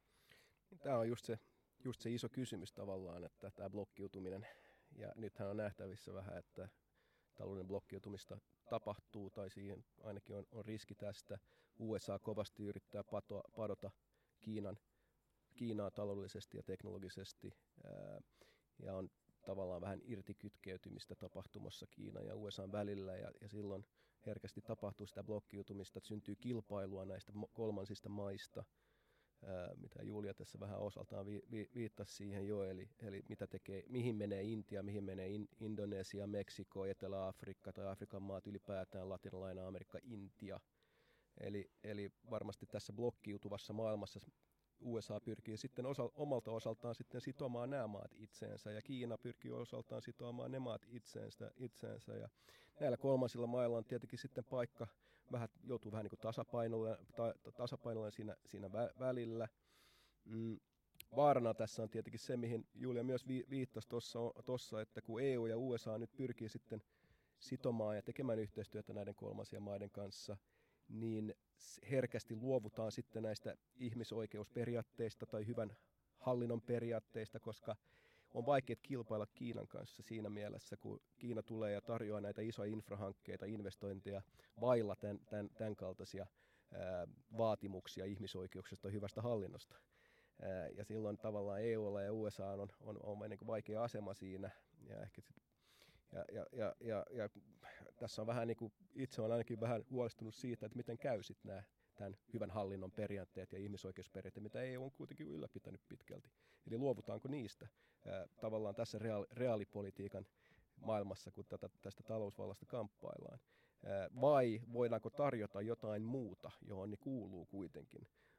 Tämä on just se, just se iso kysymys tavallaan, että tämä blokkiutuminen, ja nythän on nähtävissä vähän, että talouden blokkiutumista tapahtuu, tai siihen ainakin on, on riski tästä. U S A kovasti yrittää patoa, padota Kiinan Kiinaa taloudellisesti ja teknologisesti, ää, ja on tavallaan vähän irtikytkeytymistä tapahtumassa Kiinan ja U S A:n välillä, ja, ja silloin herkästi tapahtuu sitä blokkiutumista, että syntyy kilpailua näistä kolmansista maista, ää, mitä Julia tässä vähän osaltaan vi, vi, viittasi siihen jo, eli, eli mitä tekee, mihin menee Intia, mihin menee in, Indonesia, Meksiko, Etelä-Afrikka tai Afrikan maat ylipäätään, Latinalainen Amerikka, Intia. Eli, eli varmasti tässä blokkiutuvassa maailmassa U S A pyrkii sitten osa, omalta osaltaan sitten sitomaan nämä maat itseensä, ja Kiina pyrkii osaltaan sitomaan ne maat itseensä, itseensä. Ja näillä kolmansilla mailla on tietenkin sitten paikka, vähän, joutuu vähän niin kuin tasapainolle, ta, tasapainolle siinä, siinä vä, välillä. Mm, vaarana tässä on tietenkin se, mihin Julia myös vi, viittasi tuossa, että kun E U ja U S A nyt pyrkii sitten sitomaan ja tekemään yhteistyötä näiden kolmansien maiden kanssa, niin herkästi luovutaan sitten näistä ihmisoikeusperiaatteista tai hyvän hallinnon periaatteista, koska on vaikea kilpailla Kiinan kanssa siinä mielessä, kun Kiina tulee ja tarjoaa näitä isoja infrahankkeita, investointeja vailla tämän, tämän, tämän kaltaisia ää, vaatimuksia ihmisoikeuksista ja hyvästä hallinnosta. Ää, ja silloin tavallaan E U:lla ja U S A on, on, on niin kuin vaikea asema siinä, ja ehkä sit Ja, ja, ja, ja, ja tässä on vähän niin kuin, itse olen ainakin vähän huolestunut siitä, että miten käy sitten nämä tämän hyvän hallinnon periaatteet ja ihmisoikeusperiaatteet, mitä E U on kuitenkin ylläpitänyt pitkälti. Eli luovutaanko niistä ää, tavallaan tässä reaali, reaalipolitiikan maailmassa, kun tätä, tästä talousvallasta kamppaillaan. Ää, vai voidaanko tarjota jotain muuta, johon ne kuuluu kuitenkin.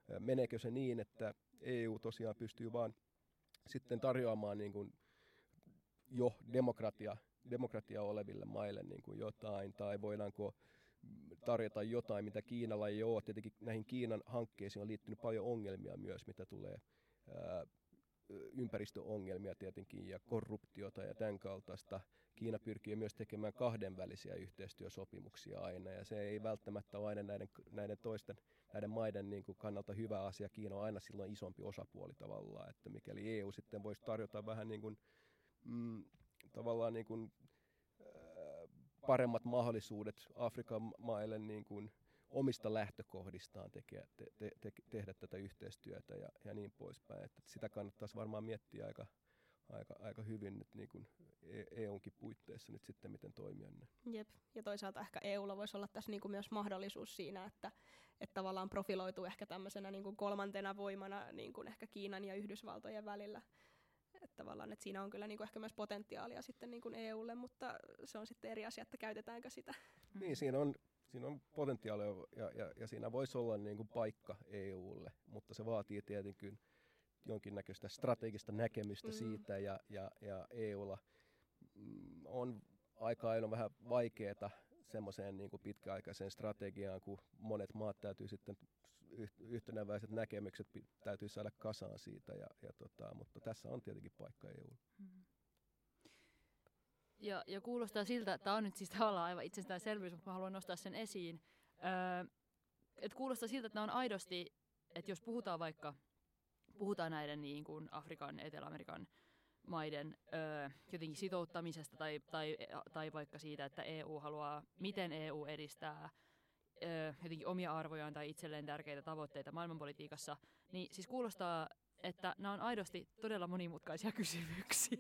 Meneekö se niin, että E U tosiaan pystyy vaan sitten tarjoamaan niin kuin jo demokratia, demokratia oleville maille niin kuin jotain, tai voidaanko tarjota jotain, mitä Kiinalla ei ole. Tietenkin näihin Kiinan hankkeisiin on liittynyt paljon ongelmia myös, mitä tulee ää, ympäristöongelmia tietenkin ja korruptiota ja tämän kaltaista. Kiina pyrkii myös tekemään kahdenvälisiä yhteistyösopimuksia aina, ja se ei välttämättä ole aina näiden, näiden toisten näiden maiden niin kuin kannalta hyvä asia. Kiina on aina silloin isompi osapuoli tavallaan, että mikäli E U sitten voisi tarjota vähän niin kuin, mm, tavallaan niin kuin, äh, paremmat mahdollisuudet Afrikan maille niin kuin omista lähtökohdistaan tekee, te, te, te, tehdä tätä yhteistyötä ja, ja niin poispäin. Että sitä kannattaisi varmaan miettiä aika, aika, aika hyvin nyt niin kuin E U:nkin puitteissa nyt sitten, miten toimia. Jep. Ja toisaalta ehkä E U:lla voisi olla tässä niinku myös mahdollisuus siinä, että, että tavallaan profiloituu ehkä tämmöisenä niinku kolmantena voimana niinku ehkä Kiinan ja Yhdysvaltojen välillä. Että tavallaan, että siinä on kyllä niinku ehkä myös potentiaalia sitten niinku E U:lle, mutta se on sitten eri asia, että käytetäänkö sitä. Niin, siinä on, siinä on potentiaalia ja, ja, ja siinä voisi olla niinku paikka E U:lle, mutta se vaatii tietenkin jonkinnäköistä strategista näkemystä mm. siitä, ja, ja, ja E U:lla mm, on aika aina vähän vaikeaa semmoiseen niin kuin pitkäaikaiseen strategiaan, kun monet maat täytyy sitten yhtenäväiset näkemykset täytyy saada kasaan siitä, ja, ja tota, mutta tässä on tietenkin paikka E U:lle. Mm. Ja, ja kuulostaa siltä, että tämä on nyt siis tavallaan aivan itsestäänselvyys, mutta mä haluan nostaa sen esiin. Öö, et kuulostaa siltä, että nämä on aidosti, että jos puhutaan vaikka puhutaan näiden niin kuin Afrikan, Etelä-Amerikan maiden öö, jotenkin sitouttamisesta tai, tai, tai vaikka siitä, että E U haluaa, miten E U edistää öö, jotenkin omia arvojaan tai itselleen tärkeitä tavoitteita maailmanpolitiikassa, niin siis kuulostaa, että nämä on aidosti todella monimutkaisia kysymyksiä,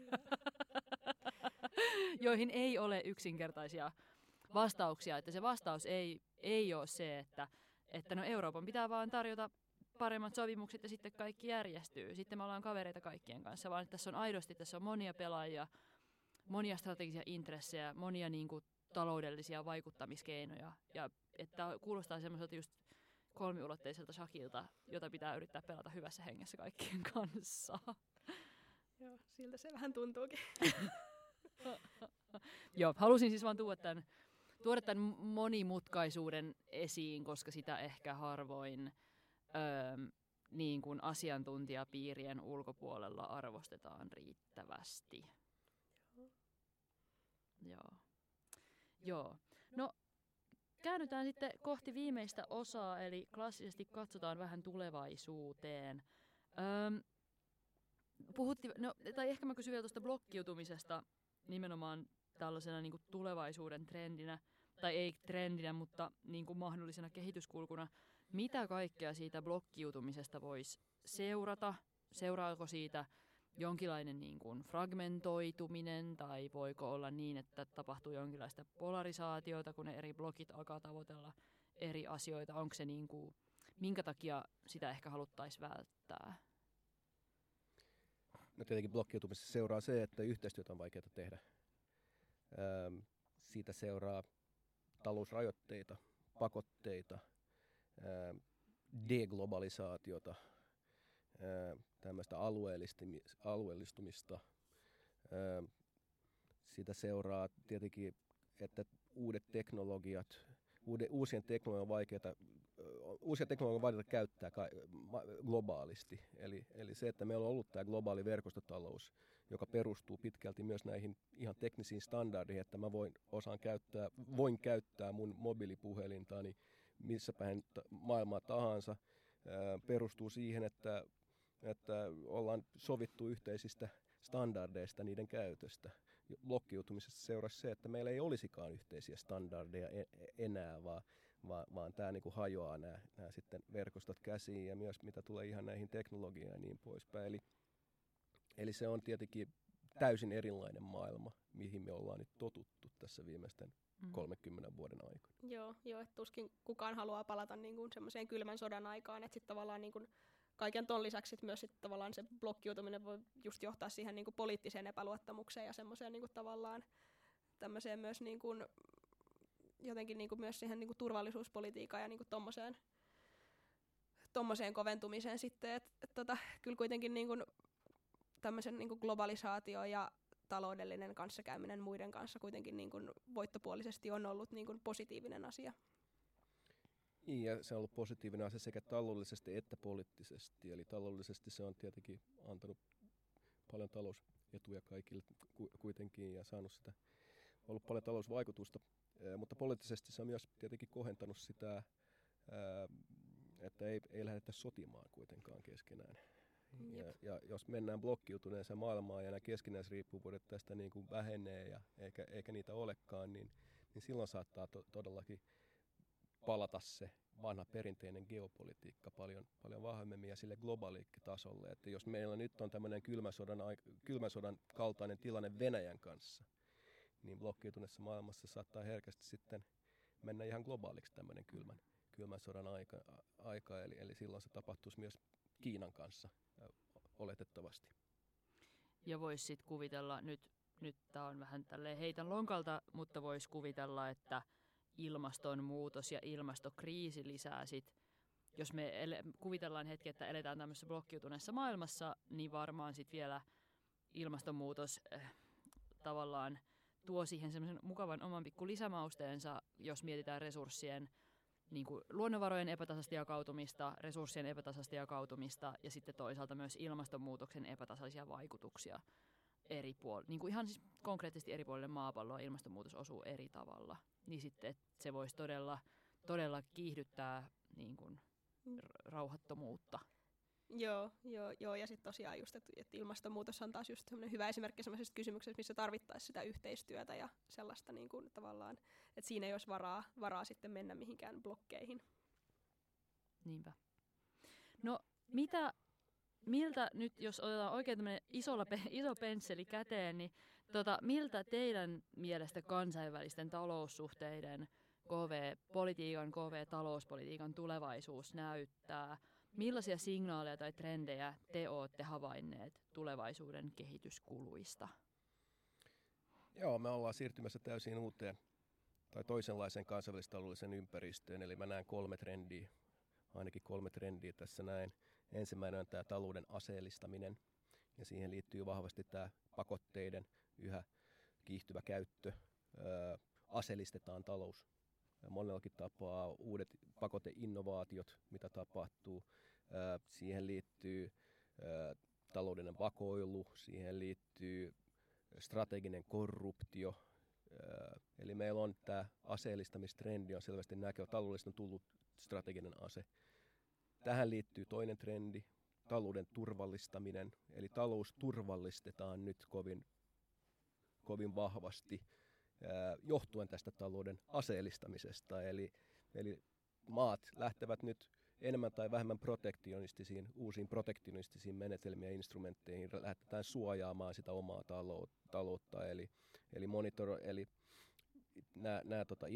joihin ei ole yksinkertaisia vastauksia. Että se vastaus ei, ei ole se, että, että no Euroopan pitää vaan tarjota paremmat sopimukset ja sitten kaikki järjestyy. Sitten me ollaan kavereita kaikkien kanssa, vaan tässä on aidosti, tässä on monia pelaajia, monia strategisia intressejä, monia niin kuin taloudellisia vaikuttamiskeinoja. Ja että kuulostaa semmoiselta just kolmiulotteiselta shakilta, jota pitää yrittää pelata hyvässä hengessä kaikkien kanssa. Joo, siltä se vähän tuntuukin. Joo, halusin siis vaan tuoda tämän, tuoda tämän monimutkaisuuden esiin, koska sitä ehkä harvoin Öö, niin kuin asiantuntijapiirien ulkopuolella arvostetaan riittävästi. Joo. Joo. Joo. No, käännytään sitten kohti viimeistä osaa, eli klassisesti katsotaan vähän tulevaisuuteen. Öö, puhutti, no, tai ehkä mä kysyn vielä tuosta blokkiutumisesta nimenomaan tällaisena niin kuin tulevaisuuden trendinä, tai ei trendinä, mutta niin kuin mahdollisena kehityskulkuna. Mitä kaikkea siitä blokkiutumisesta voisi seurata? Seuraako siitä jonkinlainen niin kuin fragmentoituminen, tai voiko olla niin, että tapahtuu jonkinlaista polarisaatiota, kun ne eri blokit alkaa tavoitella eri asioita? Onko se niin kuin, minkä takia sitä ehkä haluttaisiin välttää? No tietenkin blokkiutumisesta seuraa se, että yhteistyötä on vaikeaa tehdä. Öö, siitä seuraa talousrajoitteita, pakotteita, deglobalisaatiota, tämmöistä alueellistumista. Siitä seuraa tietenkin, että uudet teknologiat, uusien teknologian on vaikeita, uusia teknologioita on vaikeita käyttää globaalisti. Eli, eli se, että meillä on ollut tämä globaali verkostotalous, joka perustuu pitkälti myös näihin ihan teknisiin standardeihin, että mä voin, osaan käyttää, voin käyttää mun mobiilipuhelintani missä päin maailmaa tahansa, ää, perustuu siihen, että, että ollaan sovittu yhteisistä standardeista niiden käytöstä. Blokkiutumisesta seurasi se, että meillä ei olisikaan yhteisiä standardeja enää, vaan, vaan, vaan tämä niinku hajoaa nämä, nämä sitten verkostot käsiin ja myös mitä tulee ihan näihin teknologiaan ja niin poispäin. Eli, eli se on tietenkin täysin erilainen maailma, mihin me ollaan nyt totuttu tässä viimeisten mm. kolmenkymmenen vuoden aikana. Joo, joo, että tuskin kukaan haluaa palata niin kuin semmoiseen kylmän sodan aikaan, että sitten tavallaan niin kuin kaiken ton lisäksi sit myös sit tavallaan se blokkiutuminen voi just johtaa siihen niin kuin poliittiseen epäluottamukseen ja semmoiseen niin kuin tavallaan tämmöiseen myös niin kuin jotenkin niin kuin myös siihen niin kuin turvallisuuspolitiikkaan ja niin kuin tommoseen, tommoseen koventumiseen sitten, että et tota, kyllä kuitenkin niin kuin tämmöisen niin kuin globalisaatio ja taloudellinen kanssakäyminen muiden kanssa kuitenkin niin kuin voittopuolisesti on ollut niin kuin positiivinen asia. Niin, ja se on ollut positiivinen asia sekä taloudellisesti että poliittisesti. Eli taloudellisesti se on tietenkin antanut paljon talousetuja kaikille ku- kuitenkin ja saanut sitä, ollut paljon talousvaikutusta. Eh, mutta poliittisesti se on myös tietenkin kohentanut sitä, ää, että ei, ei lähdetä sotimaan kuitenkaan keskenään. Ja, ja jos mennään blokkiutuneeseen maailmaan ja nämä keskinäisriippuvuudet tästä niin kuin vähenee ja eikä, eikä niitä olekaan, niin, niin silloin saattaa to, todellakin palata se vanha perinteinen geopolitiikka paljon, paljon vahvemmin ja sille globaalikkitasolle. Että jos meillä nyt on tämmöinen kylmän sodan, kylmän sodan kaltainen tilanne Venäjän kanssa, niin blokkiutuneessa maailmassa saattaa herkästi sitten mennä ihan globaaliksi tämmöinen kylmän, kylmän sodan aika, aika eli, eli silloin se tapahtuisi myös Kiinan kanssa oletettavasti. Ja voisi sitten kuvitella, nyt, nyt tämä on vähän tälleen heitän lonkalta, mutta voisi kuvitella, että ilmastonmuutos ja ilmastokriisi lisää sit, jos me ele- kuvitellaan hetki, että eletään tämmöisessä blokkiutuneessa maailmassa, niin varmaan sitten vielä ilmastonmuutos äh, tavallaan tuo siihen semmoisen mukavan oman pikku lisämausteensa, jos mietitään resurssien, niin kuin luonnonvarojen epätasaista jakautumista, resurssien epätasaista jakautumista ja sitten toisaalta myös ilmastonmuutoksen epätasaisia vaikutuksia eri puolilla. Niin kuin ihan siis konkreettisesti eri puolille maapalloa ilmastonmuutos osuu eri tavalla. Niin sitten että se voisi todella, todella kiihdyttää niin kuin rauhattomuutta. Joo, joo, joo. Ja sitten tosiaan just, että et ilmastonmuutos on taas just semmoinen hyvä esimerkki semmoisesta kysymyksestä, missä tarvittaisiin sitä yhteistyötä ja sellaista niin kuin tavallaan, että siinä ei olisi varaa, varaa sitten mennä mihinkään blokkeihin. Niinpä. No mitä, miltä nyt, jos otetaan oikein tämmöinen isolla, iso pensseli käteen, niin tota, miltä teidän mielestä kansainvälisten taloussuhteiden, K V-politiikan, K V-talouspolitiikan tulevaisuus näyttää? Millaisia signaaleja tai trendejä te olette havainneet tulevaisuuden kehityskuluista? Joo, me ollaan siirtymässä täysin uuteen tai toisenlaiseen kansainvälistaloudelliseen ympäristöön. Eli mä näen kolme trendiä, ainakin kolme trendiä tässä näin. Ensimmäinen on tämä talouden aseellistaminen ja siihen liittyy vahvasti tämä pakotteiden yhä kiihtyvä käyttö. Öö, aseellistetaan talous. Monellakin tapaa uudet pakoteinnovaatiot, mitä tapahtuu. Ö, siihen liittyy ö, taloudellinen vakoilu, siihen liittyy strateginen korruptio. Ö, eli meillä on tämä aseellistamistrendi on selvästi näkyvä. Taloudellisesti on tullut strateginen ase. Tähän liittyy toinen trendi, talouden turvallistaminen. Eli talous turvallistetaan nyt kovin, kovin vahvasti. Johtuen tästä talouden aseellistamisesta. Eli, eli maat lähtevät nyt enemmän tai vähemmän protektionistisiin, uusiin protektionistisiin menetelmiin ja instrumentteihin. Lähdetään suojaamaan sitä omaa taloutta. Eli, eli, monitor, eli nämä, nämä tota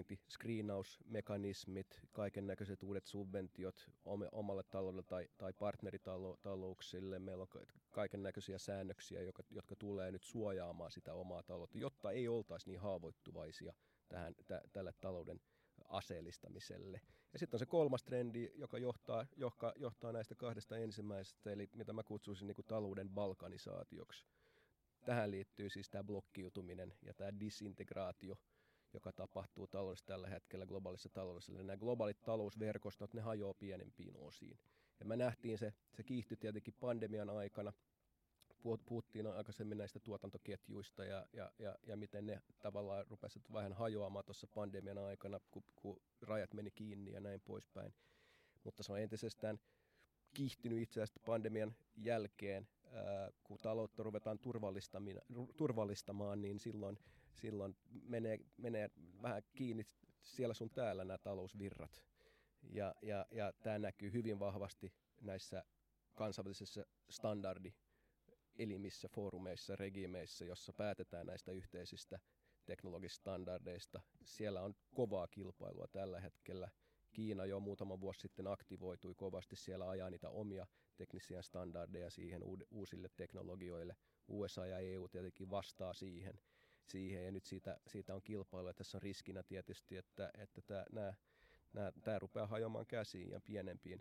investointiskriinausmekanismit, kaiken näköiset uudet subventiot omalle taloudelle tai, tai partneritalouksille. Meillä on kaiken näköisiä säännöksiä, jotka, jotka tulee nyt suojaamaan sitä omaa taloutta, jotta ei oltaisi niin haavoittuvaisia tähän, tä, tälle talouden aseellistamiselle. Ja sitten on se kolmas trendi, joka johtaa, johka, johtaa näistä kahdesta ensimmäisestä, eli mitä mä kutsuisin niin kuin talouden balkanisaatioksi. Tähän liittyy siis tämä blokkiutuminen ja tämä disintegraatio, joka tapahtuu taloudessa tällä hetkellä globaalissa taloudessa. Eli nämä globaalit talousverkostot, ne hajoaa pienempiin osiin. Ja me nähtiin se, se kiihtyi tietenkin pandemian aikana. Puhuttiin aikaisemmin näistä tuotantoketjuista ja, ja, ja, ja miten ne tavallaan rupesivat vähän hajoamaan tuossa pandemian aikana, kun, kun rajat meni kiinni ja näin poispäin. Mutta se on entisestään kiihtynyt itse asiassa pandemian jälkeen. Ää, kun taloutta ruvetaan turvallistamaan, niin silloin, silloin menee, menee vähän kiinni siellä sun täällä nämä talousvirrat. Ja, ja, ja tämä näkyy hyvin vahvasti näissä kansainvälisissä standardielimissä, foorumeissa, regiimeissä, jossa päätetään näistä yhteisistä teknologisista standardeista. Siellä on kovaa kilpailua tällä hetkellä. Kiina jo muutama vuosi sitten aktivoitui kovasti, siellä ajaa niitä omia teknisiä standardeja siihen uusille teknologioille. U S A ja E U tietenkin vastaa siihen, siihen ja nyt siitä, siitä on kilpailua. Tässä on riskinä tietysti, että, että tämä rupeaa hajoamaan käsiin ja pienempiin.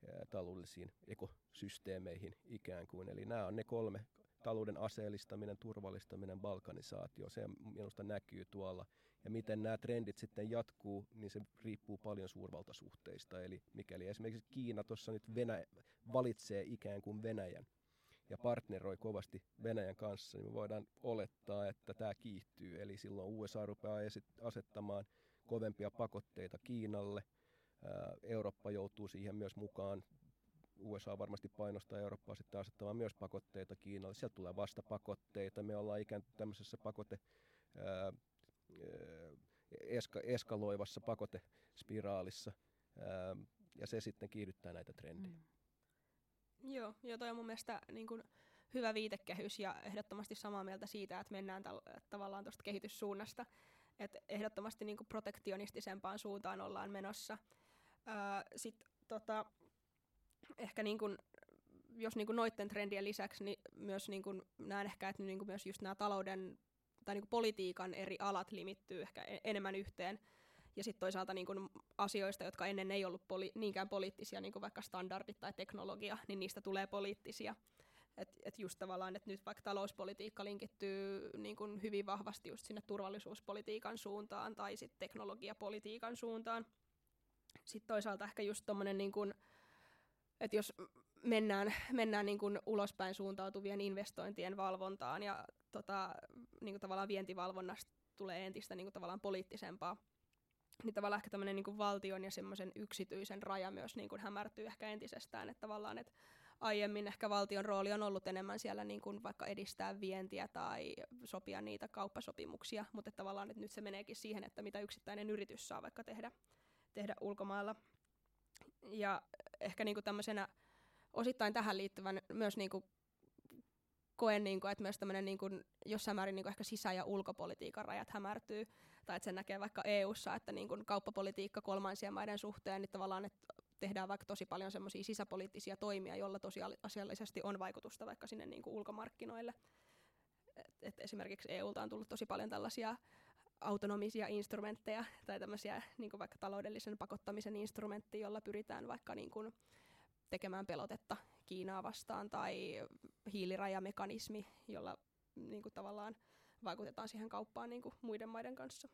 taloudellisiin ekosysteemeihin ikään kuin. Eli nämä on ne kolme: talouden aseellistaminen, turvallistaminen, balkanisaatio. Se minusta näkyy tuolla. Ja miten nämä trendit sitten jatkuu, niin se riippuu paljon suurvaltasuhteista. Eli mikäli esimerkiksi Kiina tuossa nyt Venäjä, valitsee ikään kuin Venäjän ja partneroi kovasti Venäjän kanssa, niin me voidaan olettaa, että tämä kiihtyy. Eli silloin U S A rupeaa asettamaan kovempia pakotteita Kiinalle. Eurooppa joutuu siihen myös mukaan. U S A varmasti painostaa Eurooppaa sitten asettamaan myös pakotteita Kiinalle. Sieltä tulee vastapakotteita. Me ollaan ikään kuin tämmöisessä pakote, ää, eska, eskaloivassa pakotespiraalissa. Ää, ja se sitten kiihdyttää näitä trendejä. Mm. Joo, ja toi on mun mielestä niin kun hyvä viitekehys ja ehdottomasti samaa mieltä siitä, että mennään tal- tavallaan tuosta kehityssuunnasta. Että ehdottomasti niin kun protektionistisempaan suuntaan ollaan menossa. Sitten tota, ehkä niin kun, jos niin kun noitten trendien lisäksi, niin myös niin kun näen ehkä, että niin kun myös just nämä talouden tai niin kun politiikan eri alat limittyy ehkä enemmän yhteen. Ja sitten toisaalta niin kun asioista, jotka ennen ei ollut poli- niinkään poliittisia, niin kuin vaikka standardit tai teknologia, niin niistä tulee poliittisia. Että et just tavallaan, että nyt vaikka talouspolitiikka linkittyy niin kun hyvin vahvasti just sinne turvallisuuspolitiikan suuntaan tai sitten teknologiapolitiikan suuntaan. Sitten toisaalta ehkä just tommonen, niin kun, että jos mennään, mennään niin kun ulospäin suuntautuvien investointien valvontaan ja tota, niin kun tavallaan vientivalvonnasta tulee entistä niin kun tavallaan poliittisempaa, niin tavallaan ehkä tämmöinen niin kuin valtion ja semmoisen yksityisen raja myös niin kuin hämärtyy ehkä entisestään, että tavallaan, että aiemmin ehkä valtion rooli on ollut enemmän siellä niin kuin vaikka edistää vientiä tai sopia niitä kauppasopimuksia, mutta että tavallaan että nyt se meneekin siihen, että mitä yksittäinen yritys saa vaikka tehdä, tehdä ulkomailla. Ja ehkä niin kuin tämmöisenä osittain tähän liittyvän myös niin kuin koen, niin kuin, että myös tämmöinen niin kuin jossain määrin niin kuin ehkä sisä- ja ulkopolitiikan rajat hämärtyy, tai että sen näkee vaikka E U:ssa, että niin kuin kauppapolitiikka kolmansien maiden suhteen, niin tavallaan, että tehdään vaikka tosi paljon semmoisia sisäpoliittisia toimia, joilla tosiasiallisesti on vaikutusta vaikka sinne niin kuin ulkomarkkinoille. Et, et esimerkiksi E U:lta on tullut tosi paljon tällaisia autonomisia instrumentteja, tai tämmöisiä niin kuin vaikka taloudellisen pakottamisen instrumentti, jolla pyritään vaikka niin kuin tekemään pelotetta Kiinaa vastaan, tai hiilirajamekanismi, jolla niin kuin tavallaan vaikutetaan siihen kauppaan niin kuin muiden maiden kanssa.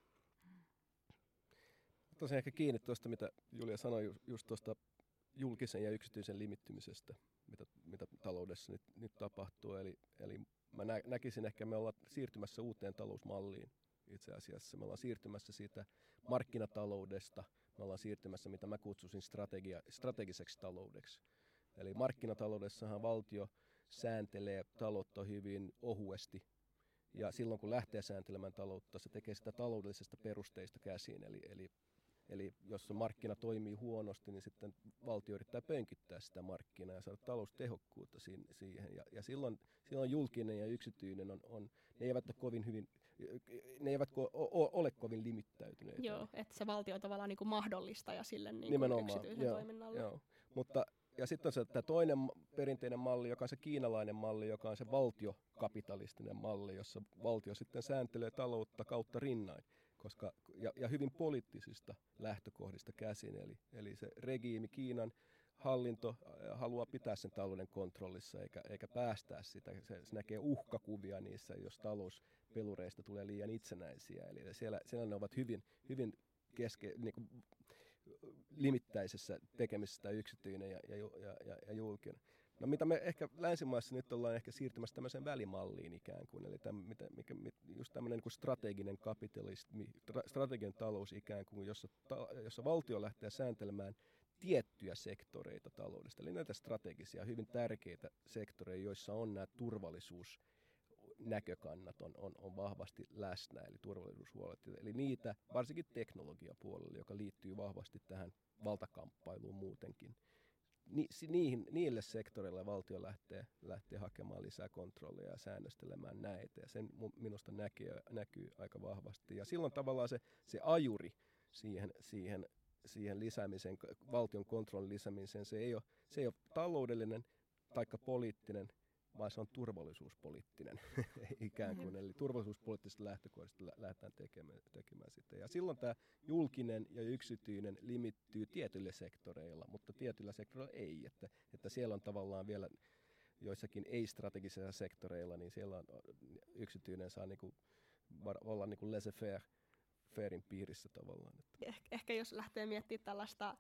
Tosiaan ehkä kiinni tuosta, mitä Julia sanoi, ju- just tuosta julkisen ja yksityisen limittymisestä, mitä, mitä taloudessa nyt, nyt tapahtuu. Eli, eli mä nä- näkisin ehkä, me ollaan siirtymässä uuteen talousmalliin itse asiassa. Me ollaan siirtymässä siitä markkinataloudesta, me ollaan siirtymässä, mitä mä kutsusin strategia, strategiseksi taloudeksi. Eli markkinataloudessahan valtio sääntelee taloutta hyvin ohuesti. Ja silloin kun lähtee sääntelemään taloutta, se tekee sitä taloudellisesta perusteista käsin. Eli, eli, eli jos se markkina toimii huonosti, niin sitten valtio yrittää pönkittää sitä markkinaa ja saada taloustehokkuutta siihen. Ja, ja silloin, silloin julkinen ja yksityinen on, on ne eivät ole kovin hyvin, ne eivät ko, o, ole kovin limittäytyneitä. Joo, että se valtio on tavallaan niin kuin mahdollistaja sille niin kuin yksityisen joo, toiminnalle. Joo. Mutta ja sitten on se tämä toinen perinteinen malli, joka on se kiinalainen malli, joka on se valtiokapitalistinen malli, jossa valtio sitten sääntelee taloutta kautta rinnain, koska, ja, ja hyvin poliittisista lähtökohdista käsin. Eli, eli se regiimi, Kiinan hallinto haluaa pitää sen talouden kontrollissa eikä, eikä päästää sitä. Se, se näkee uhkakuvia niissä, jos talouspelureista tulee liian itsenäisiä. Eli siellä, siellä ne ovat hyvin, hyvin keske, niin kuin, limittäisessä tekemisessä yksityinen ja, ja, ja, ja, ja julkinen. No mitä me ehkä länsimaissa nyt ollaan ehkä siirtymässä tämmöiseen välimalliin ikään kuin, eli täm, mitä, mikä, just tämmöinen niin kuin strateginen kapitalismi, tra, strateginen talous ikään kuin, jossa, ta, jossa valtio lähtee sääntelemään tiettyjä sektoreita taloudesta, eli näitä strategisia, hyvin tärkeitä sektoreita, joissa on nämä turvallisuus näkökannat on, on, on vahvasti läsnä, eli turvallisuushuolet. Eli niitä, varsinkin teknologiapuolella, joka liittyy vahvasti tähän valtakamppailuun muutenkin. Ni, niihin, niille sektoreille valtio lähtee, lähtee hakemaan lisää kontrollia ja säännöstelemään näitä. Ja sen minusta näkyy, näkyy aika vahvasti. Ja silloin tavallaan se, se ajuri siihen, siihen, siihen lisäämiseen, valtion kontrollin lisäämiseen, se ei ole, se ei ole taloudellinen taikka poliittinen vaan se on turvallisuuspoliittinen ikään kuin. Eli turvallisuuspoliittisesta lähtökohdasta lä- lähdetään tekemään, tekemään sitä. Ja silloin tämä julkinen ja yksityinen limittyy tietyillä sektoreilla, mutta tietyillä sektoreilla ei. Että, että siellä on tavallaan vielä joissakin ei-strategisilla sektoreilla, niin siellä on yksityinen saa niinku var, olla niinku laissez-faire fairin piirissä tavallaan. Eh, ehkä jos lähtee miettimään tällaista,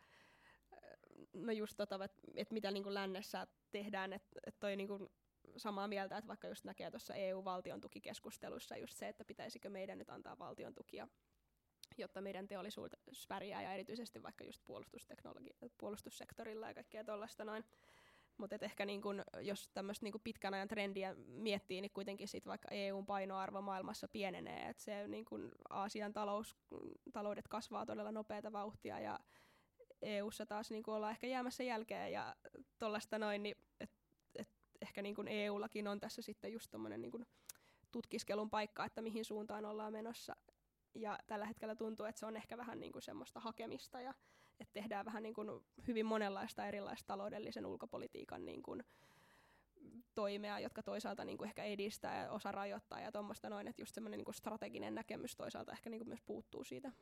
no just tota, että et mitä niinku lännessä tehdään, että et toi niinku samaa mieltä, että vaikka just näkee tuossa E U-valtion tukikeskusteluissa just se, että pitäisikö meidän nyt antaa valtion tukia, jotta meidän teollisuus pärjää ja erityisesti vaikka just puolustusteknologi- puolustussektorilla ja kaikkea tuollaista noin. Mutta ehkä niin kun, jos tämmöistä niin kun pitkän ajan trendiä miettii, niin kuitenkin sit vaikka E U:n painoarvo maailmassa pienenee. Et se niin kun Aasian talous, taloudet kasvaa todella nopeata vauhtia ja E U:ssa taas niin kun ollaan ehkä jäämässä jälkeen ja tuollaista noin, niin et, et ehkä niin kun E U:llakin on tässä sitten just tommonen niin kun tutkiskelun paikka, että mihin suuntaan ollaan menossa. Ja tällä hetkellä tuntuu, että se on ehkä vähän niin kuin semmoista hakemista ja että tehdään vähän niin kuin hyvin monenlaista erilaista taloudellisen ulkopolitiikan niin kuin toimea, jotka toisaalta niin kuin ehkä edistää ja osa rajoittaa ja tuommoista noin, että just semmoinen niin kuin strateginen näkemys toisaalta ehkä niin kuin myös puuttuu siitä.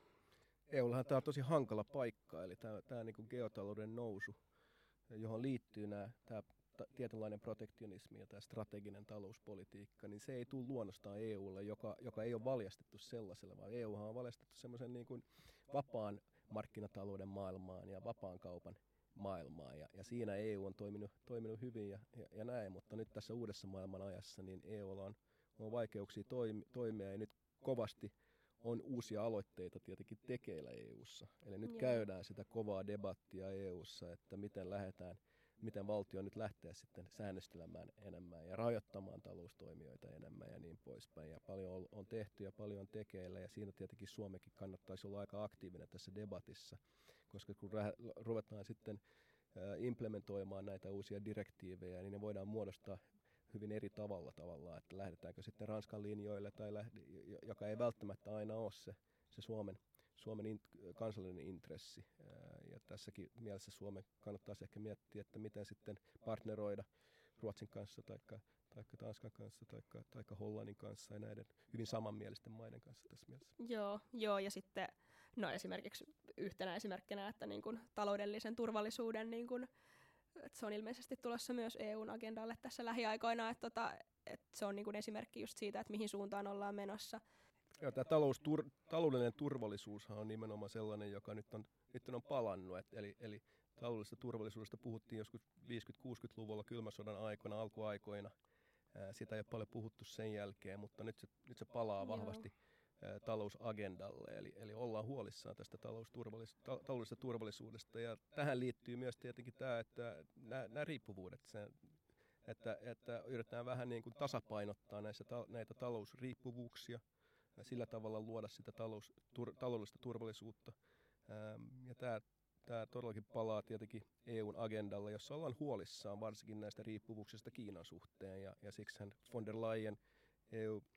E Ullahan tämä on tosi hankala paikka, eli tämä, tämä niin kuin geotalouden nousu, johon liittyy nämä, tämä tietynlainen protektionismi ja tämä strateginen talouspolitiikka, niin se ei tule luonnostaan E U:lle, joka, joka ei ole valjastettu sellaisella, vaan E Uhan on valjastettu semmoisen niin kuin vapaan markkinatalouden maailmaan ja vapaan kaupan maailmaan. Ja, ja siinä E U on toiminut, toiminut hyvin ja, ja, ja näin, mutta nyt tässä uudessa maailman ajassa niin E Ulla on, on vaikeuksia toimi, toimia ja nyt kovasti on uusia aloitteita tietenkin tekeillä E U:ssa. Eli nyt Joo. käydään sitä kovaa debattia E U:ssa, että miten lähdetään miten valtio nyt lähtee sitten säännöstelemään enemmän ja rajoittamaan taloustoimijoita enemmän ja niin poispäin. Ja paljon on, on tehty ja paljon on tekeillä ja siinä tietenkin Suomekin kannattaisi olla aika aktiivinen tässä debatissa, koska kun rä- ruvetaan sitten ä, implementoimaan näitä uusia direktiivejä, niin ne voidaan muodostaa hyvin eri tavalla tavallaan, että lähdetäänkö sitten Ranskan linjoille, tai lähde, joka ei välttämättä aina ole se, se Suomen Suomen in, kansallinen intressi. Ja tässäkin mielessä Suomen kannattaisi ehkä miettiä, että miten sitten partneroida Ruotsin kanssa, taikka, taikka Tanskan kanssa, taikka, taikka Hollannin kanssa ja näiden hyvin samanmielisten maiden kanssa tässä mielessä. Joo, joo ja sitten no esimerkiksi yhtenä esimerkkinä, että niin kun taloudellisen turvallisuuden, niin kun, että se on ilmeisesti tulossa myös E U:n agendalle tässä lähiaikoina, että, tota, että se on niin kun esimerkki just siitä, että mihin suuntaan ollaan menossa. Joo, tämä talous, tur, taloudellinen turvallisuushan on nimenomaan sellainen, joka nyt on, nyt on palannut. Et, eli, eli taloudellisesta turvallisuudesta puhuttiin joskus viisikymmentä-kuusikymmentäluvulla kylmän sodan aikoina, alkuaikoina. Ää, sitä ei ole paljon puhuttu sen jälkeen, mutta nyt se, nyt se palaa Joo. vahvasti ää, talousagendalle. Eli, eli ollaan huolissaan tästä talousturvallis, ta, taloudellisesta turvallisuudesta. Ja tähän liittyy myös tietenkin tämä, että nämä riippuvuudet, se, että, että yritetään vähän niin kuin tasapainottaa näissä, ta, näitä talousriippuvuuksia. Sillä tavalla luoda sitä talous, tur, taloudellista turvallisuutta. Ähm, ja tämä, tämä todellakin palaa tietenkin E U:n agendalle, jossa ollaan huolissaan varsinkin näistä riippuvuuksista Kiinan suhteen. Ja, ja siksihän von der Leyen, E U,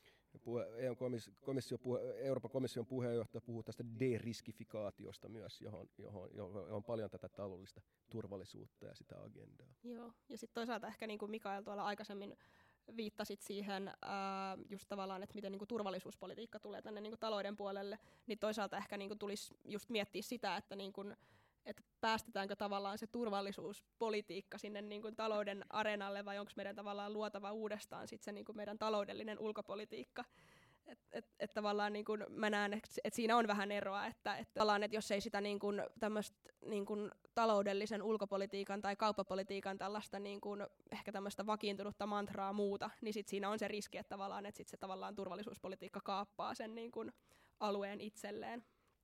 E U-komissio, Euroopan komission puheenjohtaja puhuu tästä deriskifikaatiosta myös, johon, johon, johon on paljon tätä taloudellista turvallisuutta ja sitä agendaa. Joo, ja sitten toisaalta ehkä niin kuin Mikael tuolla aikaisemmin viittasit siihen ää, just tavallaan, että miten niinku turvallisuuspolitiikka tulee tänne niinku talouden puolelle, niin toisaalta ehkä niinku tulisi just miettiä sitä, että niinku, et päästetäänkö tavallaan se turvallisuuspolitiikka sinne niinku talouden areenalle vai onko meidän tavallaan luotava uudestaan sit se niinku meidän taloudellinen ulkopolitiikka. Että et, et tavallaan niin kun mä näen, että et siinä on vähän eroa, että et tavallaan, et jos ei sitä niin kun tämmöistä niin kun taloudellisen ulkopolitiikan tai kauppapolitiikan tällaista niin kun ehkä tämmöistä vakiintunutta mantraa muuta, niin sit siinä on se riski, että tavallaan et sit se tavallaan turvallisuuspolitiikka kaappaa sen niin kun alueen itselleen.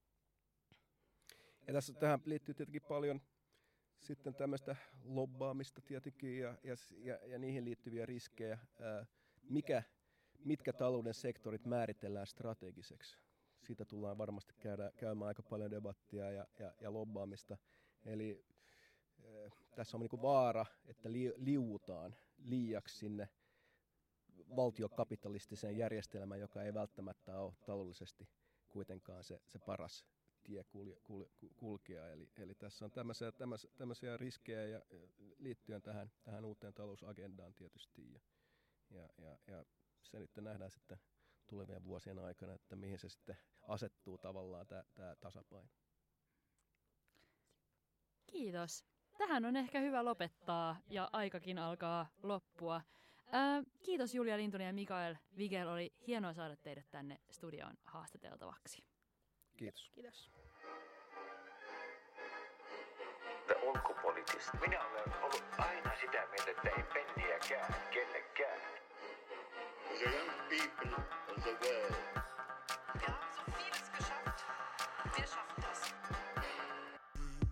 Ja tässä tähän liittyy tietenkin paljon sitten tämmöistä lobbaamista tietenkin ja, ja, ja, ja niihin liittyviä riskejä. Ää, mikä Mitkä talouden sektorit määritellään strategiseksi? Siitä tullaan varmasti käydä, käymään aika paljon debattia ja, ja, ja lobbaamista. Eli äh, tässä on niin kuin vaara, että li, liuutaan liiaksi sinne valtiokapitalistiseen järjestelmään, joka ei välttämättä ole taloudellisesti kuitenkaan se, se paras tie kulje, kulje, kulkea. Eli, eli tässä on tämmöisiä, tämmöisiä, tämmöisiä riskejä ja, liittyen tähän, tähän uuteen talousagendaan tietysti. Ja, ja, ja, ja se nyt nähdään sitten tulevien vuosien aikana, että mihin se sitten asettuu tavallaan tämä tasapaino. Kiitos. Tähän on ehkä hyvä lopettaa ja aikakin alkaa loppua. Ää, kiitos Julia Lintunen ja Mikael Wigel. Oli hienoa saada teidät tänne studioon haastateltavaksi. Kiitos. Kiitos. The ulkopoliittista. Minä olen ollut aina sitä mieltä, että ei penniäkään, kellekään. The young people of the